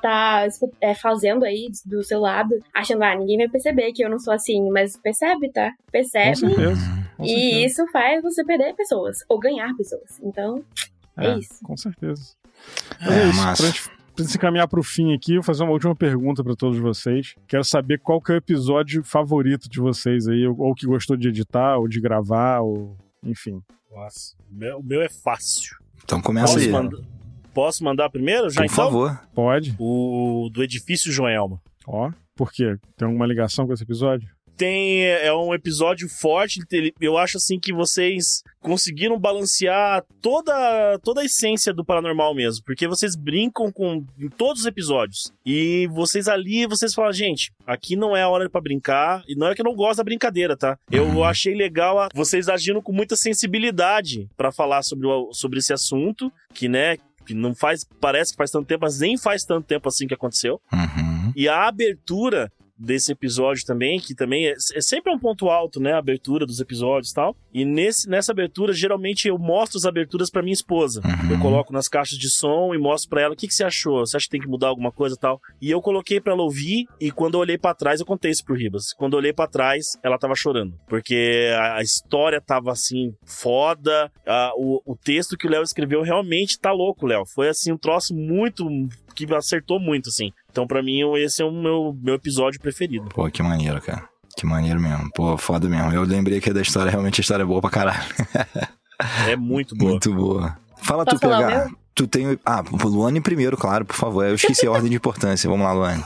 fazendo aí do seu lado, achando, ninguém vai perceber que eu não sou assim, mas percebe, tá? Percebe. Com certeza. E isso faz você perder pessoas, ou ganhar pessoas. Então, é isso. Com certeza. É isso, pra se encaminhar pro fim aqui, eu vou fazer uma última pergunta pra todos vocês. Quero saber qual que é o episódio favorito de vocês aí, ou que gostou de editar, ou de gravar, ou enfim. Nossa, o meu é fácil. Então começa aí. Posso mandar primeiro? Já, por favor. Pode. O do Edifício Joelma. Por quê? Tem alguma ligação com esse episódio? É um episódio forte. Eu acho assim que vocês conseguiram balancear toda a essência do paranormal mesmo, porque vocês brincam em todos os episódios, e vocês falam, gente, aqui não é a hora pra brincar, e não é que eu não gosto da brincadeira, tá? Eu achei legal vocês agindo com muita sensibilidade pra falar sobre esse assunto, que, né, que não faz, parece que faz tanto tempo, mas nem faz tanto tempo assim que aconteceu. E a abertura desse episódio também, que também é sempre um ponto alto, né, a abertura dos episódios e tal, e nessa abertura, geralmente eu mostro as aberturas pra minha esposa, eu coloco nas caixas de som e mostro pra ela, o que você achou, você acha que tem que mudar alguma coisa e tal, e eu coloquei pra ela ouvir, e quando eu olhei pra trás, eu contei isso pro Ribas, quando eu olhei pra trás, ela tava chorando, porque a história tava assim, foda, o texto que o Léo escreveu realmente tá louco, Léo, foi assim, um troço muito, que acertou muito, assim. Então, pra mim, esse é o meu episódio preferido. Pô, que maneiro, cara. Que maneiro mesmo. Pô, foda mesmo. Eu lembrei aqui da história, realmente a história é boa pra caralho. É muito boa. Muito boa. Fala Posso tu, falar PH. meu? Tu tem... o Luane primeiro, claro, por favor. Eu esqueci a ordem de importância. Vamos lá, Luane.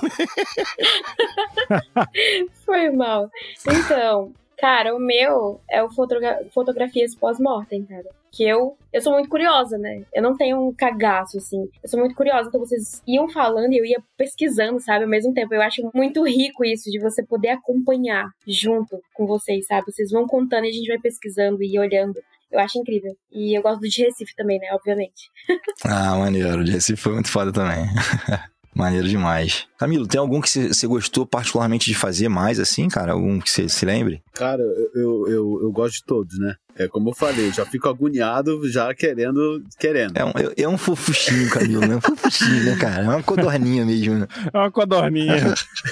Foi mal. Então, cara, o meu é o fotografias pós-mortem, cara. Que eu sou muito curiosa, né? Eu não tenho um cagaço, assim. Eu sou muito curiosa, então vocês iam falando e eu ia pesquisando, sabe? Ao mesmo tempo, eu acho muito rico isso, de você poder acompanhar junto com vocês, sabe? Vocês vão contando e a gente vai pesquisando e olhando. Eu acho incrível. E eu gosto do de Recife também, né? Obviamente. Ah, maneiro. O de Recife foi muito foda também. Maneiro demais. Camilo, tem algum que você gostou particularmente de fazer mais, assim, cara? Algum que você se lembre? Cara, eu gosto de todos, né? É como eu falei, eu já fico agoniado, já querendo. É um fofuchinho, Camilo, né? Um fofuchinho, né, cara? É uma codorninha mesmo, né? É uma codorninha.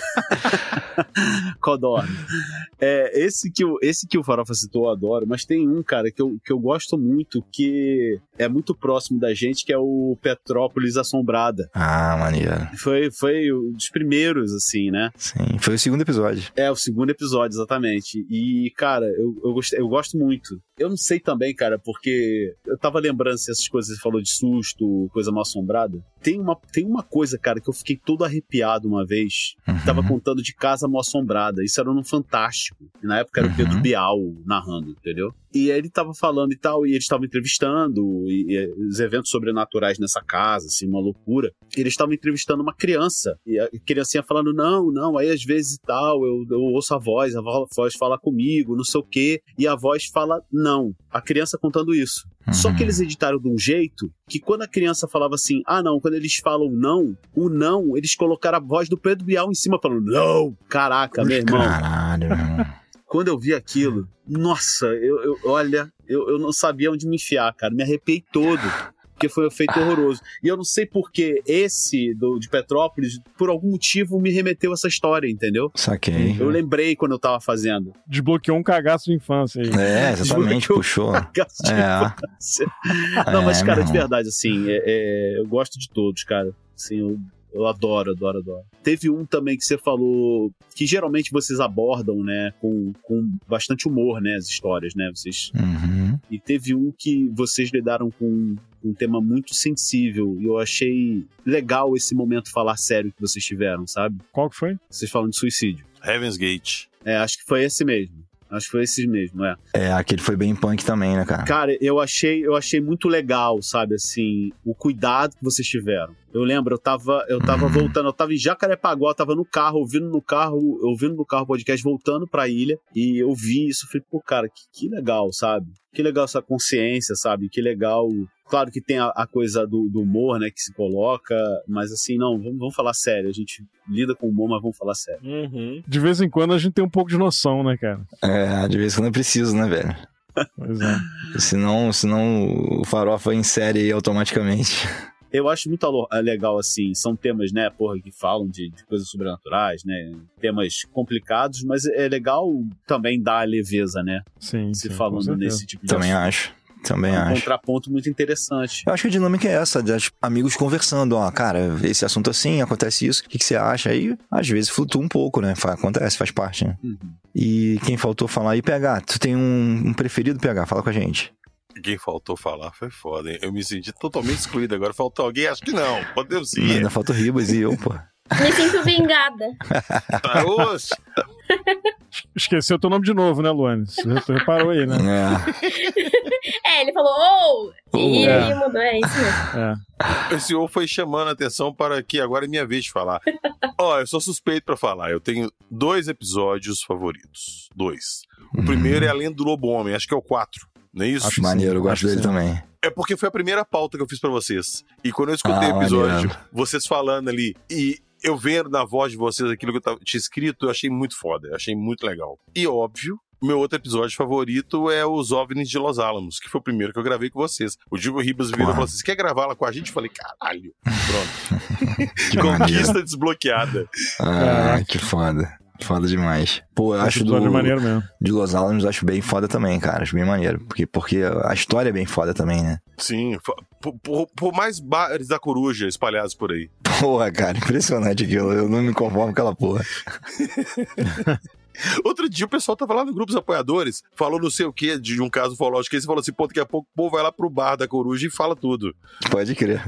Codorna. Esse que o Farofa citou eu adoro, mas tem um, cara, que eu gosto muito, que é muito próximo da gente, que é o Petrópolis Assombrada. Ah, maneiro. Foi um dos primeiros, assim, né? Sim, foi o segundo episódio. O segundo episódio, exatamente. E, cara, eu gosto muito. Eu não sei também, cara, porque eu tava lembrando se essas coisas que você falou de susto, coisa mal assombrada. Tem uma coisa, cara, que eu fiquei todo arrepiado uma vez. Tava contando de Casa Mal Assombrada. Isso era no Fantástico. E na época era o Pedro Bial narrando, entendeu? E aí ele tava falando e tal, e eles estavam entrevistando e os eventos sobrenaturais nessa casa, assim, uma loucura. E eles estavam entrevistando uma criança. E a criancinha falando, não, aí às vezes e tal, eu ouço a voz fala comigo, não sei o quê. E a voz fala não. A criança contando isso. Só que eles editaram de um jeito que quando a criança falava assim, não, quando eles falam não, o não, eles colocaram a voz do Pedro Bial em cima falando, não! Caraca, meu irmão. Caralho, meu irmão. Quando eu vi aquilo, nossa, eu não sabia onde me enfiar, cara. Me arrepiei todo, porque foi um efeito horroroso. E eu não sei porque esse de Petrópolis, por algum motivo, me remeteu a essa história, entendeu? Saquei. Eu lembrei quando eu tava fazendo. Desbloqueou um cagaço de infância aí. Exatamente, puxou. Cagaço de infância. Não, mas, cara, de verdade, assim, eu gosto de todos, cara. Assim, eu adoro. Teve um também que você falou que geralmente vocês abordam, né, com bastante humor, né, as histórias, né, vocês... E teve um que vocês lidaram com um tema muito sensível e eu achei legal esse momento falar sério que vocês tiveram, sabe? Qual que foi? Vocês falam de suicídio. Heaven's Gate. Acho que foi esse mesmo. Acho que foi esse mesmo, aquele foi bem punk também, né, cara? Cara, eu achei muito legal, sabe, assim, o cuidado que vocês tiveram. Eu lembro, eu tava voltando, eu tava em Jacarepaguá, eu tava no carro, ouvindo no carro o podcast, voltando pra ilha, e eu vi isso, falei, pô, cara, que legal, sabe? Que legal essa consciência, sabe? Que legal. Claro que tem a coisa do humor, né, que se coloca, mas assim, não, vamos falar sério. A gente lida com humor, mas vamos falar sério. De vez em quando a gente tem um pouco de noção, né, cara? De vez em quando é preciso, né, velho? Pois é. Senão o Farofa insere aí automaticamente. Eu acho muito legal, assim, são temas, né, que falam de coisas sobrenaturais, né, temas complicados, mas é legal também dar a leveza, né? Sim, falando nesse tipo de Também assunto. acho. Também um acho. contraponto muito interessante. Eu acho que a dinâmica é essa, de amigos conversando, cara, esse assunto assim, acontece isso, o que você acha? Aí, às vezes, flutua um pouco, né? Acontece, faz parte, né? E quem faltou falar aí, PH, tu tem um preferido, PH? Fala com a gente. Quem faltou falar foi foda, hein? Eu me senti totalmente excluído agora. Faltou alguém? Acho que não. Podemos ir. Ainda falta o Ribas e eu, pô. Me sinto vingada. Oxe. Esqueceu teu nome de novo, né, Luane? Tu reparou aí, né? Ele falou, e aí mudou, é isso mesmo. Esse foi chamando a atenção para que agora é minha vez de falar. Eu sou suspeito pra falar. Eu tenho 2 episódios favoritos. 2. O primeiro é A Lenda do Lobo Homem, acho que é o 4. Não é isso? Acho maneiro, eu gosto dele também. É porque foi a primeira pauta que eu fiz pra vocês. E quando eu escutei o episódio, vocês falando ali, e eu vendo na voz de vocês aquilo que eu tinha escrito, eu achei muito foda, eu achei muito legal. E óbvio, meu outro episódio favorito é os OVNIs de Los Alamos, que foi o primeiro que eu gravei com vocês. O Diego Ribas virou e falou assim, você quer gravar lá com a gente? Eu falei, caralho, pronto. Conquista desbloqueada. Que foda. Foda demais. Pô, eu acho maneiro mesmo. De Los Alamos eu acho bem foda também, cara. Acho bem maneiro. Porque a história é bem foda também, né? Sim. Por mais bares da coruja espalhados por aí. Porra, cara, impressionante aquilo. Eu não me conformo com aquela porra. Outro dia o pessoal tava lá no grupo dos apoiadores, falou não sei o que, de um caso ufológico, e você falou assim, pô, daqui a pouco o povo vai lá pro bar da coruja e fala tudo. Pode crer.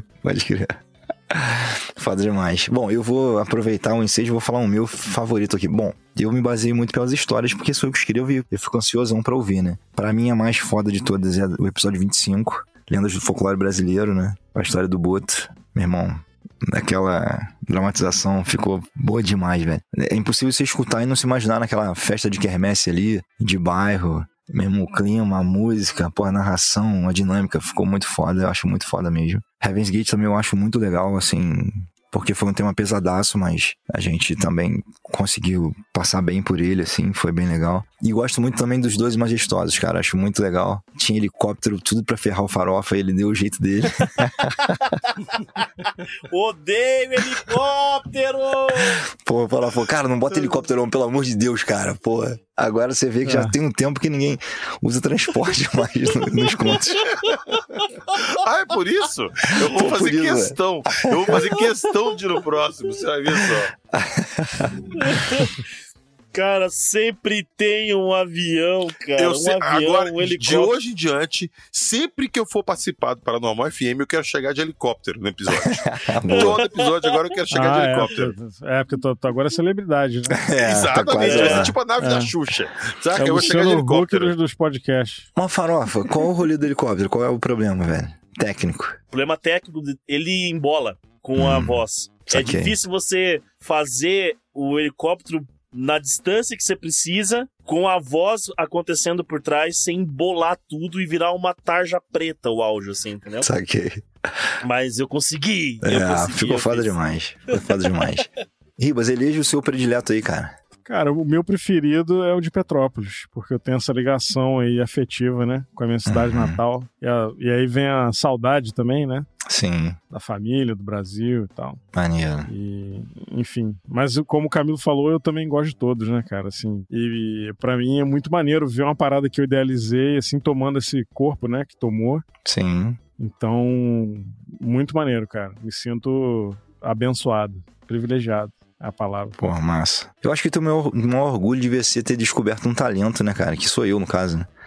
Foda demais. Bom, eu vou aproveitar o ensejo e vou falar o meu favorito aqui. Bom, eu me baseei muito pelas histórias, porque sou eu que escrevo e eu fico ansiosão pra ouvir, né? Pra mim, a mais foda de todas é o episódio 25, Lendas do Folclore Brasileiro, né? A história do Boto. Meu irmão, aquela dramatização ficou boa demais, velho. É impossível você escutar e não se imaginar naquela festa de quermesse ali, de bairro, Mesmo o clima, a música, pô, a narração, a dinâmica, ficou muito foda. Eu acho muito foda mesmo. Heaven's Gate também eu acho muito legal, assim... Porque foi um tema pesadaço, mas a gente também conseguiu passar bem por ele, assim, foi bem legal. E gosto muito também dos Dois Majestosos, cara, acho muito legal. Tinha helicóptero, tudo pra ferrar o Farofa, ele deu o jeito dele. Odeio helicóptero! Pô, o Farofa falou, cara, não bota helicóptero não, pelo amor de Deus, cara, porra. Agora você vê que já tem um tempo que ninguém usa transporte mais nos contos. Ah, é por isso? Eu vou fazer questão. Eu vou fazer questão de ir no próximo, você vai ver só. Cara, sempre tem um avião, cara. Agora, um helicóptero. de hoje em diante, sempre que eu for participar do Paranormal FM, eu quero chegar de helicóptero no episódio. Todo episódio agora eu quero chegar de helicóptero. Porque tu agora é celebridade, né? Exatamente, vai ser tipo a nave da Xuxa. Sabe? Eu vou chegar de helicóptero. Dos podcasts. Uma Farofa, qual o rolê do helicóptero? Qual é o problema, velho? Técnico. O problema técnico, ele embola com a voz. É difícil você fazer o helicóptero na distância que você precisa, com a voz acontecendo por trás, sem embolar tudo e virar uma tarja preta o áudio, assim, entendeu? Saquei. Mas eu consegui. Ficou foda demais. Ficou foda demais. Ribas, elege o seu predileto aí, cara. Cara, o meu preferido é o de Petrópolis, porque eu tenho essa ligação aí afetiva, né, com a minha cidade natal. E aí vem a saudade também, né? Sim. Da família, do Brasil e tal. Maneiro. E, enfim. Mas como o Camilo falou, eu também gosto de todos, né, cara? Assim, e pra mim é muito maneiro ver uma parada que eu idealizei, assim, tomando esse corpo, né, que tomou. Sim. Então, muito maneiro, cara. Me sinto abençoado, privilegiado. A palavra. Pô, massa. Eu acho que o meu maior orgulho devia ser ter descoberto um talento, né, cara? Que sou eu, no caso, né?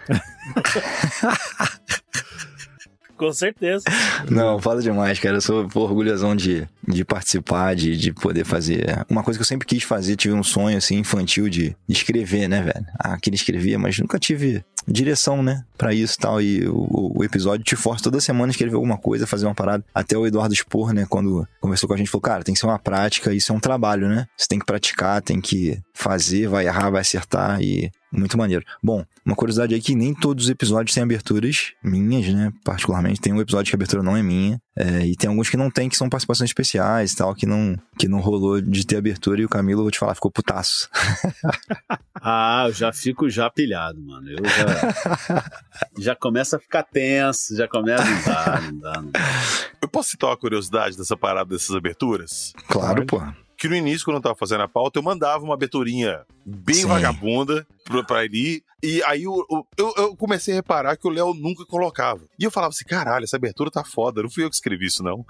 Com certeza. Não, fala demais, cara. Eu sou orgulhosão de participar, de poder fazer. Uma coisa que eu sempre quis fazer, tive um sonho, assim, infantil de escrever, né, velho? Queria escrever, mas nunca tive direção, né, pra isso e tal. E o episódio te força toda semana a escrever alguma coisa, fazer uma parada. Até o Eduardo Spor, né, quando conversou com a gente, falou, cara, tem que ser uma prática, isso é um trabalho, né? Você tem que praticar, tem que fazer, vai errar, vai acertar e... Muito maneiro. Bom, uma curiosidade aí que nem todos os episódios têm aberturas minhas, né? Particularmente, tem um episódio que a abertura não é minha. E tem alguns que não tem, que são participações especiais e tal, que não rolou de ter abertura. E o Camilo, vou te falar, ficou putaço. Eu já fico pilhado, mano. Eu já começa a ficar tenso, já começa não dá. Eu posso citar uma curiosidade dessa parada dessas aberturas? Claro, pô. Que no início, quando eu tava fazendo a pauta, eu mandava uma aberturinha bem vagabunda pra ele. E aí eu comecei a reparar que o Léo nunca colocava. E eu falava assim, caralho, essa abertura tá foda, não fui eu que escrevi isso, não.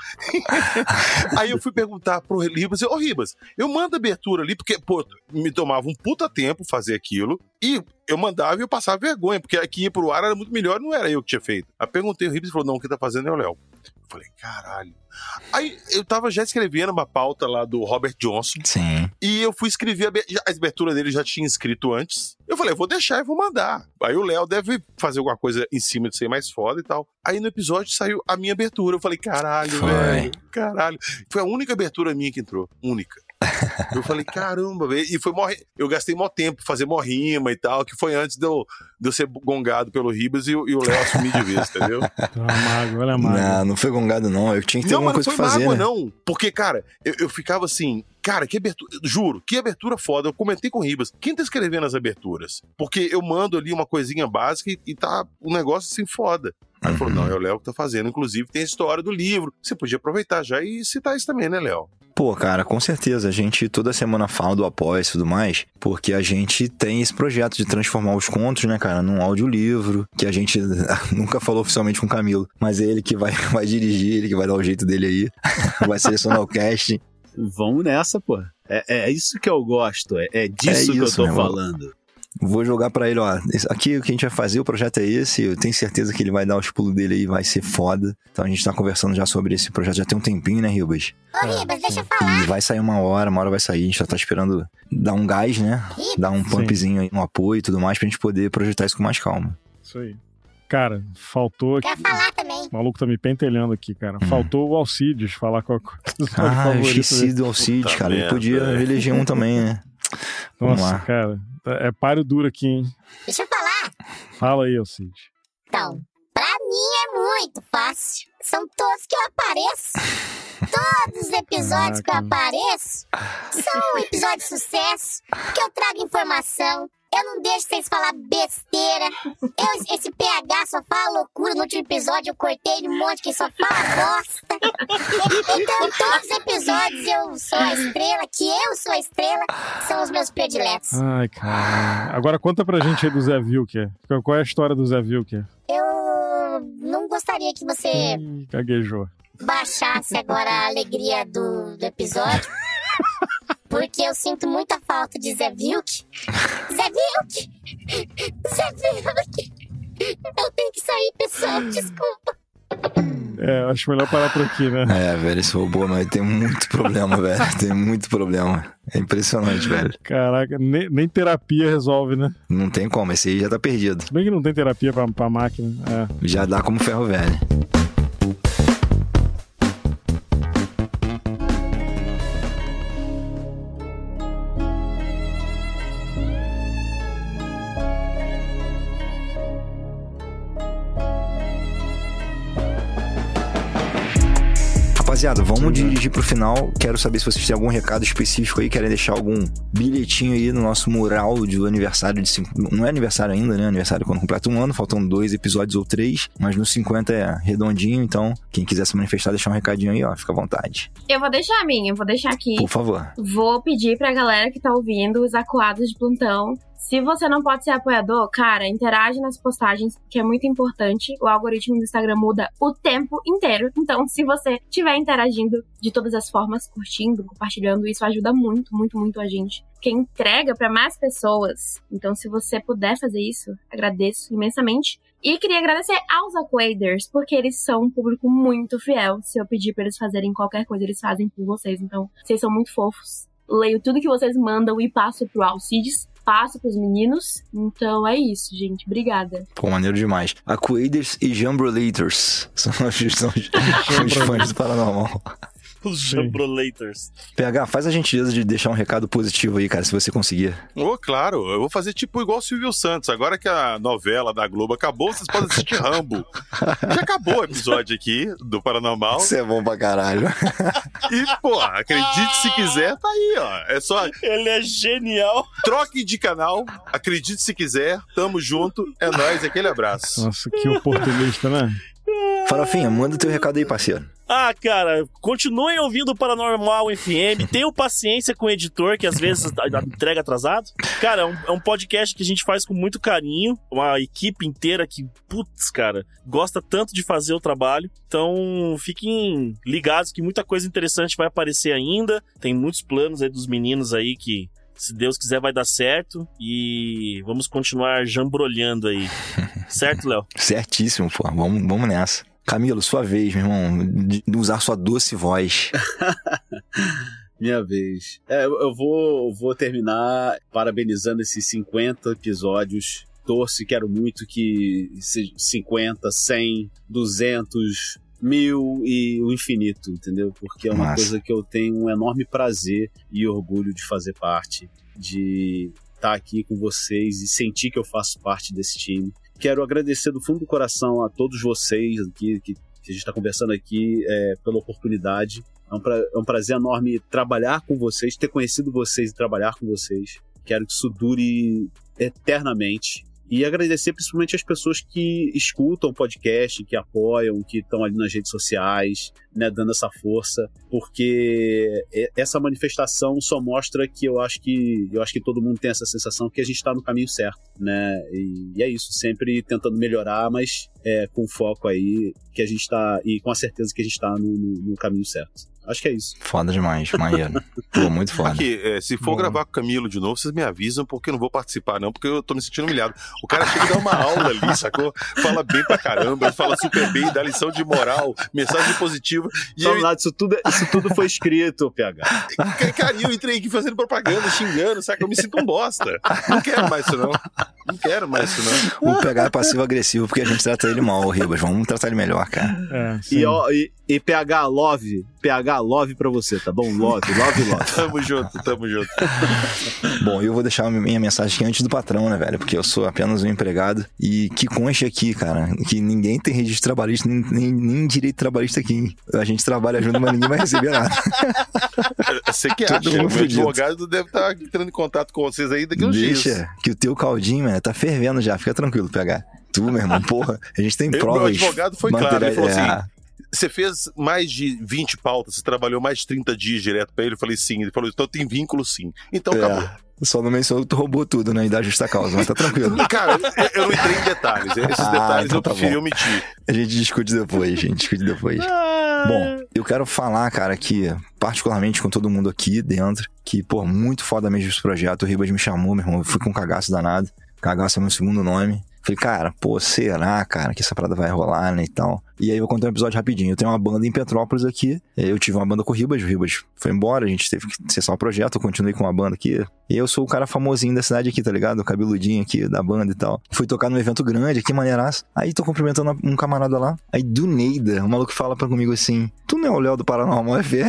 Aí eu fui perguntar pro Ribas, Ribas, eu mando a abertura ali, porque, pô, me tomava um puta tempo fazer aquilo. E eu mandava e eu passava vergonha, porque aqui ia pro ar era muito melhor, não era eu que tinha feito. Aí perguntei o Ribas e falou, não, o que tá fazendo é o Léo. Eu falei, caralho. Aí eu tava já escrevendo uma pauta lá do Robert Johnson. Sim. E eu fui escrever a abertura dele, já tinha escrito antes. Eu falei, vou deixar e vou mandar. Aí o Léo deve fazer alguma coisa em cima de ser mais foda e tal. Aí no episódio saiu a minha abertura. Eu falei, caralho, velho. Caralho. Foi a única abertura minha que entrou. Única. Eu falei, caramba, velho. E foi eu gastei mó tempo pra fazer mó rima e tal, que foi antes de eu ser gongado pelo Ribas e o Léo assumir de vez, entendeu? Olha a mágoa. Não foi gongado, não. Eu tinha que ter alguma coisa pra fazer. Não, não. Porque, cara, eu ficava assim, cara, que abertura. Juro, que abertura foda. Eu comentei com o Ribas. Quem tá escrevendo as aberturas? Porque eu mando ali uma coisinha básica e tá um negócio assim foda. Aí ele falou, não, é o Léo que tá fazendo. Inclusive, tem a história do livro. Você podia aproveitar já e citar isso também, né, Léo? Pô, cara, com certeza. A gente toda semana fala do Apoia e tudo mais, porque a gente tem esse projeto de transformar os contos, né, cara, num audiolivro, que a gente nunca falou oficialmente com o Camilo, mas é ele que vai dirigir, ele que vai dar o jeito dele aí, vai selecionar o casting. Vamos nessa, pô. É isso que eu gosto, é disso que eu tô falando. Vou jogar pra ele, ó, aqui o que a gente vai fazer, o projeto é esse, eu tenho certeza que ele vai dar os pulos dele aí, vai ser foda. Então a gente tá conversando já sobre esse projeto, já tem um tempinho, né, Ribas? Ô, Ribas, deixa eu falar. E vai sair uma hora vai sair, a gente já tá esperando dar um gás, né, dar um pumpzinho aí no apoio e tudo mais, pra gente poder projetar isso com mais calma. Isso aí. Cara, faltou... Quer falar também. O maluco tá me pentelhando aqui, cara. Faltou o Alcides falar qual coisa. Eu esqueci do Alcides, cara. Ele podia eleger um também, né? Nossa, cara. É páreo duro aqui, hein? Deixa eu falar. Fala aí, Cid. Então, pra mim é muito fácil. São todos que eu apareço. Todos os episódios que eu apareço são episódios de sucesso, que eu trago informação. Eu não deixo vocês falar besteira. Esse PH só fala loucura. No último episódio eu cortei um monte que só fala bosta. Então, todos os episódios eu sou a estrela, são os meus prediletos. Ai, cara. Agora conta pra gente aí do Zé Vilker. Qual é a história do Zé Vilker? Eu não gostaria que você gaguejou. Baixasse agora a alegria do episódio. Porque eu sinto muita falta de Zé Vilk. Eu tenho que sair, pessoal, desculpa. Acho melhor parar por aqui, né? Velho, esse robô, mas tem muito problema, velho. Tem muito problema. É impressionante, velho. Caraca, nem terapia resolve, né? Não tem como, esse aí já tá perdido. Se bem que não tem terapia pra máquina. Já dá como ferro velho. Rapaziada, vamos dirigir pro final. Quero saber se vocês têm algum recado específico aí, querem deixar algum bilhetinho aí no nosso mural do aniversário de 50. Não é aniversário ainda, né? Aniversário quando completa um ano, faltam 2 episódios ou 3, mas no 50 é redondinho, então quem quiser se manifestar, deixar um recadinho aí, ó, fica à vontade. Eu vou deixar aqui. Por favor. Vou pedir pra galera que tá ouvindo, os acuados de plantão, se você não pode ser apoiador, cara, interage nas postagens, que é muito importante. O algoritmo do Instagram muda o tempo inteiro. Então, se você estiver interagindo de todas as formas, curtindo, compartilhando, isso ajuda muito, muito, muito a gente. Que entrega para mais pessoas. Então, se você puder fazer isso, agradeço imensamente. E queria agradecer aos Aquaders, porque eles são um público muito fiel. Se eu pedir pra eles fazerem qualquer coisa, eles fazem por vocês. Então, vocês são muito fofos. Leio tudo que vocês mandam e passo pro Alcides. Passo pros meninos. Então é isso, gente. Obrigada. Pô, maneiro demais. Aquaders e Jambrolators são os fãs do Paranormal. Os Jambrolators. PH, faz a gentileza de deixar um recado positivo aí, cara, se você conseguir. Claro, eu vou fazer tipo igual o Silvio Santos. Agora que a novela da Globo acabou, vocês podem assistir Rambo. Já acabou o episódio aqui do Paranormal. Isso é bom pra caralho. E, pô, acredite se quiser, tá aí, ó. É só... Ele é genial. Troque de canal, acredite se quiser, tamo junto, é nóis, aquele abraço. Nossa, que oportunista, né? Farofinha, manda teu recado aí, parceiro. Cara, continuem ouvindo o Paranormal FM. Tenham paciência com o editor, que às vezes entrega atrasado. Cara, é um podcast que a gente faz com muito carinho. Uma equipe inteira que, putz, cara, gosta tanto de fazer o trabalho. Então, fiquem ligados que muita coisa interessante vai aparecer ainda. Tem muitos planos aí dos meninos aí que, se Deus quiser, vai dar certo. E vamos continuar jambrolhando aí. Certo, Léo? Certíssimo, pô. Vamos nessa. Camilo, sua vez, meu irmão, de usar sua doce voz. Minha vez. Eu vou terminar parabenizando esses 50 episódios. Torço e quero muito que 50, 100, 200, 1000 e o infinito, entendeu? Porque é uma coisa que eu tenho um enorme prazer e orgulho de fazer parte, de estar aqui com vocês e sentir que eu faço parte desse time. Quero agradecer do fundo do coração a todos vocês aqui, que a gente está conversando aqui, pela oportunidade. É um prazer enorme trabalhar com vocês, ter conhecido vocês e trabalhar com vocês. Quero que isso dure eternamente. E agradecer principalmente as pessoas que escutam o podcast, que apoiam, que estão ali nas redes sociais, né, dando essa força, porque essa manifestação só mostra que eu acho que todo mundo tem essa sensação que a gente está no caminho certo, né? E é isso, sempre tentando melhorar, mas com foco aí que a gente está, e com a certeza que a gente está no caminho certo. Acho que é isso. Foda demais, maneiro. Pô, muito foda. Aqui, se for gravar com o Camilo de novo, vocês me avisam, porque eu não vou participar não, porque eu tô me sentindo humilhado. O cara chega e dá uma aula ali, sacou? Fala bem pra caramba, fala super bem, dá lição de moral, mensagem positiva. E isso tudo foi escrito, PH. Cara, eu entrei aqui fazendo propaganda, xingando, saca? Eu me sinto um bosta. Não quero mais isso não. O PH é passivo-agressivo porque a gente trata ele mal, Ribas. Vamos tratar ele melhor, cara. E PH, love, PH, love pra você, tá bom? Love. Tamo junto. Bom, eu vou deixar minha mensagem aqui antes do patrão, né, velho? Porque eu sou apenas um empregado. E que conste aqui, cara, que ninguém tem registro trabalhista, nem direito trabalhista aqui. A gente trabalha junto, mas ninguém vai receber nada. Você que acha? O advogado deve estar entrando em contato com vocês aí daqui uns dias. Deixa, que o teu caldinho, mano, tá fervendo já. Fica tranquilo, PH. Tu, meu irmão, porra, a gente tem provas. Meu advogado foi claro, ele falou assim... Você fez mais de 20 pautas, você trabalhou mais de 30 dias direto pra ele? Eu falei sim. Ele falou, então tem vínculo sim. Então acabou. Só não mencionou que tu roubou tudo, né? E dá justa causa, mas tá tranquilo. Cara, eu não entrei em detalhes. Esses detalhes então eu preferi omitir. A gente discute depois, Bom, eu quero falar, cara, que particularmente com todo mundo aqui dentro, que, pô, muito foda mesmo esse projeto. O Ribas me chamou, meu irmão. Eu fui com um cagaço danado. Cagaço é meu segundo nome. Falei, cara, pô, será, cara, que essa parada vai rolar, né, e tal. E aí eu vou contar um episódio rapidinho. Eu tenho uma banda em Petrópolis aqui. Eu tive uma banda com o Ribas foi embora, a gente teve que cessar o projeto, eu continuei com uma banda aqui. E eu sou o cara famosinho da cidade aqui, tá ligado? O cabeludinho aqui da banda e tal. Fui tocar num evento grande aqui, maneiraço. Aí tô cumprimentando um camarada lá. Aí do Neida, o maluco fala comigo assim, tu não é o Léo do Paranormal FE?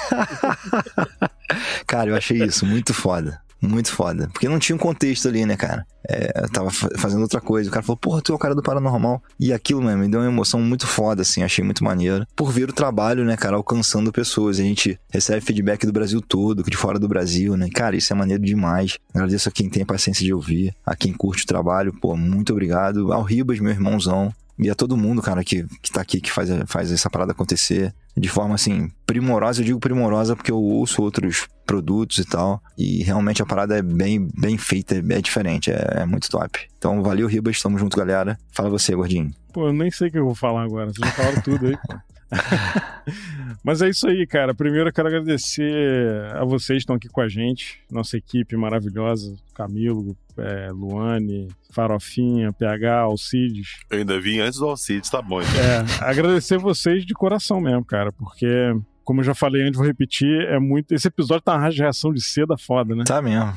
Cara, eu achei isso muito foda. Muito foda. Porque não tinha um contexto ali, né, cara? Eu tava fazendo outra coisa. O cara falou, porra, tu é o cara do Paranormal. E aquilo, mesmo, me deu uma emoção muito foda, assim. Achei muito maneiro. Por ver o trabalho, né, cara, alcançando pessoas. A gente recebe feedback do Brasil todo, de fora do Brasil, né? Cara, isso é maneiro demais. Agradeço a quem tem a paciência de ouvir, a quem curte o trabalho. Pô, muito obrigado. Ao Ribas, meu irmãozão. E a todo mundo, cara, que tá aqui, que faz essa parada acontecer de forma, assim, primorosa. Eu digo primorosa porque eu ouço outros produtos e tal. E realmente a parada é bem feita, é diferente, é muito top. Então, valeu, Ribas, tamo junto, galera. Fala você, gordinho. Pô, eu nem sei o que eu vou falar agora. Vocês já falaram tudo aí, pô. Mas é isso aí, cara. Primeiro eu quero agradecer a vocês que estão aqui com a gente, nossa equipe maravilhosa, Camilo, Luane, Farofinha, PH, Alcides. Eu ainda vim antes do Alcides, tá bom. Então. Agradecer vocês de coração mesmo, cara, porque, como eu já falei antes, vou repetir, esse episódio tá uma reação de seda foda, né? Tá mesmo.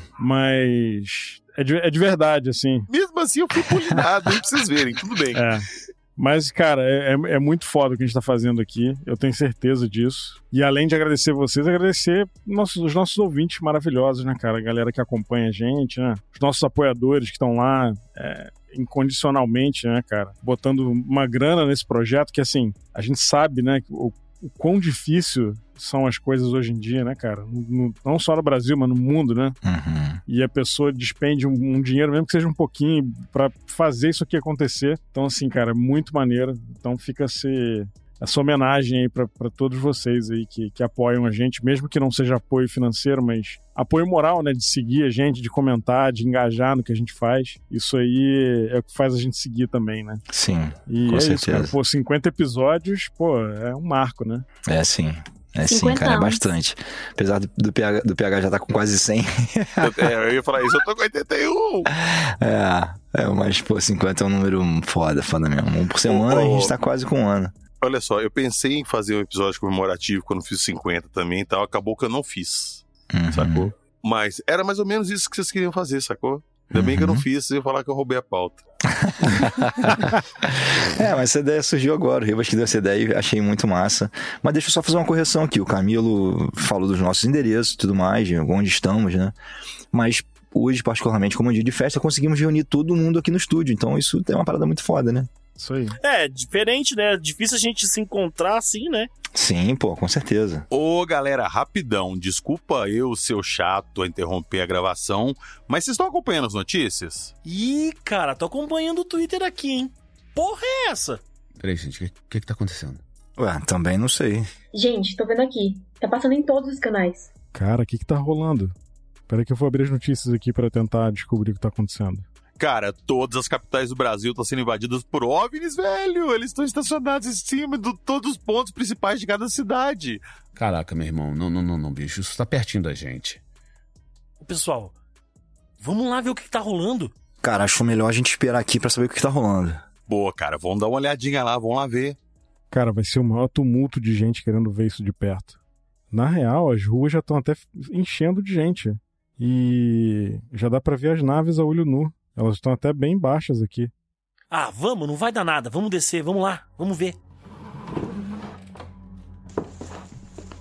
Mas é de verdade, assim. Mesmo assim eu fui pulinado, aí pra vocês verem, tudo bem. Mas, cara, é muito foda o que a gente tá fazendo aqui. Eu tenho certeza disso. E além de agradecer vocês, agradecer os nossos ouvintes maravilhosos, né, cara? A galera que acompanha a gente, né? Os nossos apoiadores que estão lá incondicionalmente, né, cara? Botando uma grana nesse projeto que, assim, a gente sabe, né, o quão difícil são as coisas hoje em dia, né, cara? Não só no Brasil, mas no mundo, né? Uhum. E a pessoa despende um dinheiro, mesmo que seja um pouquinho, pra fazer isso aqui acontecer. Então, assim, cara, muito maneiro. Então fica essa homenagem aí pra todos vocês aí que apoiam a gente, mesmo que não seja apoio financeiro, mas apoio moral, né? De seguir a gente, de comentar, de engajar no que a gente faz. Isso aí é o que faz a gente seguir também, né? Sim, e com certeza. Isso, cara. Pô, 50 episódios, pô, é um marco, né? Sim. Sim, cara, é bastante. Apesar do PH já tá com quase 100. Eu ia falar isso, eu tô com 81. Mas, pô, 50 é um número foda mesmo. Um por semana, a gente tá quase com um ano. Olha só, eu pensei em fazer um episódio comemorativo quando fiz 50 também e tal, acabou que eu não fiz, sacou? Mas era mais ou menos isso que vocês queriam fazer, sacou? Ainda bem que eu não fiz, vocês iam falar que eu roubei a pauta. Mas essa ideia surgiu agora, o Ribas que deu essa ideia e achei muito massa. Mas deixa eu só fazer uma correção aqui. O Camilo falou dos nossos endereços e tudo mais, de onde estamos, né? Mas hoje, particularmente, como um dia de festa, conseguimos reunir todo mundo aqui no estúdio. Então isso é uma parada muito foda, né? Isso aí. Diferente, né? Difícil a gente se encontrar assim, né? Sim, pô, com certeza. Ô, galera, rapidão. Desculpa eu, seu chato, a interromper a gravação, mas vocês estão acompanhando as notícias? Ih, cara, tô acompanhando o Twitter aqui, hein? Porra é essa? Peraí, gente, o que tá acontecendo? Ué, também não sei. Gente, tô vendo aqui. Tá passando em todos os canais. Cara, o que tá rolando? Peraí que eu vou abrir as notícias aqui pra tentar descobrir o que tá acontecendo. Cara, todas as capitais do Brasil estão sendo invadidas por OVNIs, velho. Eles estão estacionados em cima de todos os pontos principais de cada cidade. Caraca, meu irmão, não, bicho. Isso tá pertinho da gente. Ô, pessoal, vamos lá ver o que tá rolando. Cara, acho melhor a gente esperar aqui pra saber o que tá rolando. Boa, cara, vamos dar uma olhadinha lá, vamos lá ver. Cara, vai ser o maior tumulto de gente querendo ver isso de perto. Na real, as ruas já estão até enchendo de gente. E já dá pra ver as naves a olho nu. Elas estão até bem baixas aqui. Vamos, não vai dar nada. Vamos descer, vamos lá, vamos ver.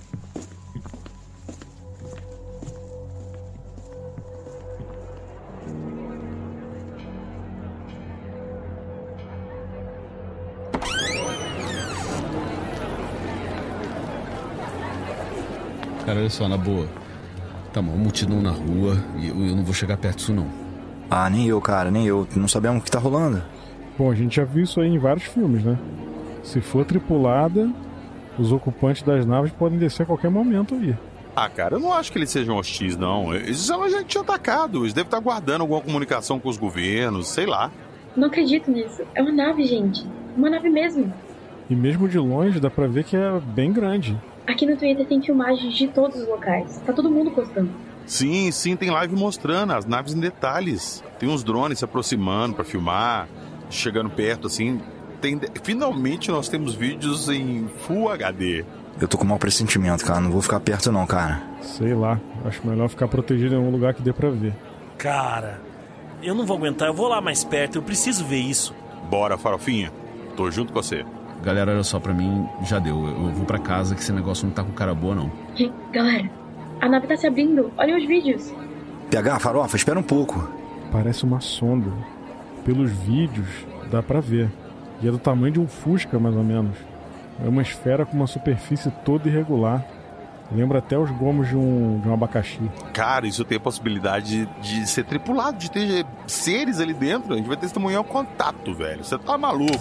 Cara, olha só, na boa. Tá uma multidão na rua e eu não vou chegar perto disso, não. Ah, nem eu, cara, nem eu. Não sabemos o que tá rolando. Bom, a gente já viu isso aí em vários filmes, né? Se for tripulada, os ocupantes das naves podem descer a qualquer momento aí. Ah, cara, eu não acho que eles sejam hostis, não. Eles são a gente atacado. Eles devem estar guardando alguma comunicação com os governos, sei lá. Não acredito nisso. É uma nave, gente. Uma nave mesmo. E mesmo de longe dá pra ver que é bem grande. Aqui no Twitter tem filmagens de todos os locais. Tá todo mundo postando. Sim, tem live mostrando as naves em detalhes. Tem uns drones se aproximando pra filmar, chegando perto, assim. Finalmente nós temos vídeos em Full HD. Eu tô com mau pressentimento, cara. Não vou ficar perto não, cara. Sei lá. Acho melhor ficar protegido em um lugar que dê pra ver. Cara, eu não vou aguentar. Eu vou lá mais perto. Eu preciso ver isso. Bora, Farofinha. Tô junto com você. Galera, olha só, pra mim já deu. Eu vou pra casa que esse negócio não tá com cara boa, não. Galera, a nave tá se abrindo. Olhem os vídeos. PH, Farofa, espera um pouco. Parece uma sonda. Pelos vídeos, dá pra ver. E é do tamanho de um Fusca, mais ou menos. É uma esfera com uma superfície toda irregular. Lembra até os gomos de um abacaxi. Cara, isso tem a possibilidade de ser tripulado, de ter seres ali dentro. A gente vai testemunhar o contato, velho. Você tá maluco.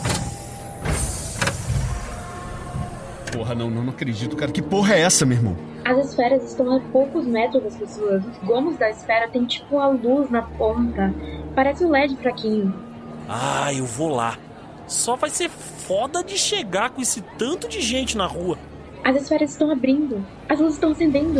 Porra, não acredito, cara. Que porra é essa, meu irmão? As esferas estão a poucos metros das pessoas. Os gomos da esfera tem tipo a luz na ponta. Parece um LED fraquinho. Ah, eu vou lá. Só vai ser foda de chegar com esse tanto de gente na rua. As esferas estão abrindo. As luzes estão acendendo.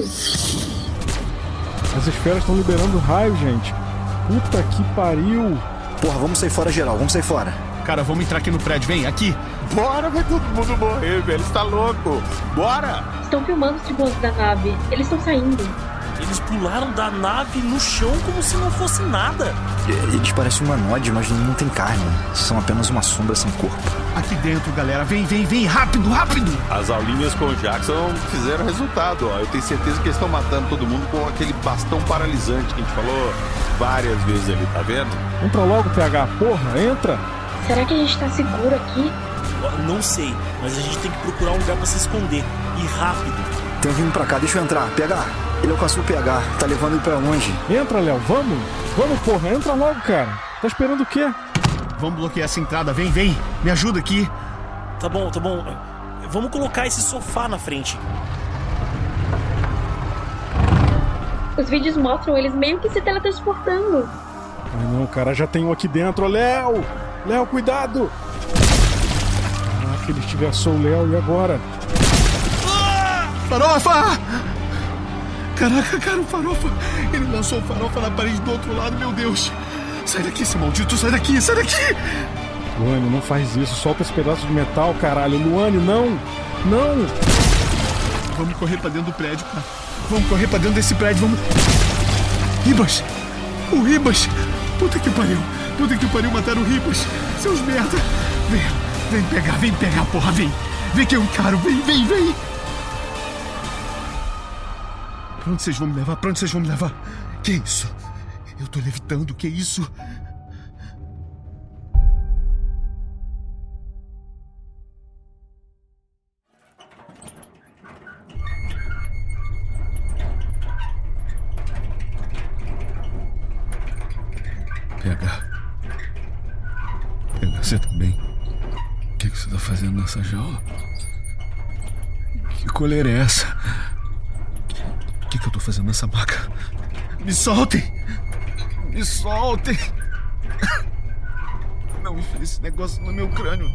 As esferas estão liberando raio, gente. Puta que pariu. Porra, vamos sair fora geral, vamos sair fora. Cara, vamos entrar aqui no prédio, vem, aqui. Bora, vai todo mundo morrer, velho. Você tá louco. Bora. Estão filmando os tripulantes da nave. Eles estão saindo. Eles pularam da nave no chão como se não fosse nada. Eles parecem humanoides, mas não tem carne. São apenas uma sombra sem corpo. Aqui dentro, galera. Vem, rápido. As aulinhas com o Jackson fizeram resultado, ó. Eu tenho certeza que eles estão matando todo mundo com aquele bastão paralisante que a gente falou várias vezes ali, tá vendo? Entra logo, PH. Porra, entra. Será que a gente tá seguro aqui? Não sei, mas a gente tem que procurar um lugar pra se esconder. E rápido. Tem vindo pra cá, deixa eu entrar. PH, ele alcançou o PH. Tá levando ele pra longe. Entra, Léo, vamos. Vamos, porra, entra logo, cara. Tá esperando o quê? Vamos bloquear essa entrada, vem. Me ajuda aqui. Tá bom. Vamos colocar esse sofá na frente. Os vídeos mostram eles meio que se teletransportando. Ai não, cara, já tem um aqui dentro. Léo, cuidado. Caraca, ele estilhaçou o Léo, e agora? Farofa! Caraca, cara, o Farofa. Ele lançou o Farofa na parede do outro lado, meu Deus. Sai daqui, seu maldito, sai daqui. Luane, não faz isso, solta esse pedaço de metal, caralho. Luane, não. Vamos correr pra dentro do prédio, cara. Vamos correr pra dentro desse prédio, vamos... Ribas! O Ribas! Puta que pariu, mataram o Ribas. Seus merda. Vem pegar, porra, vem. Vem que eu encaro, vem. Pra onde vocês vão me levar? Que isso? Eu tô levitando, que isso? PH, você tá bem? O que você tá fazendo nessa jaula? Que coleira é essa? O que eu tô fazendo nessa maca? Me soltem! Não enfia esse negócio no meu crânio!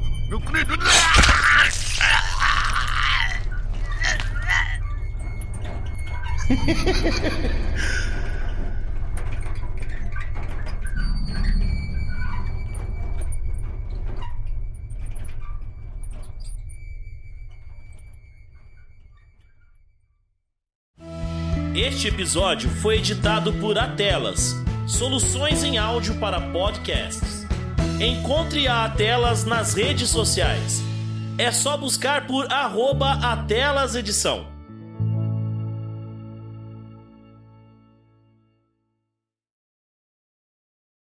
Este episódio foi editado por Atelas, soluções em áudio para podcasts. Encontre a Atelas nas redes sociais. É só buscar por @AtelasEdição.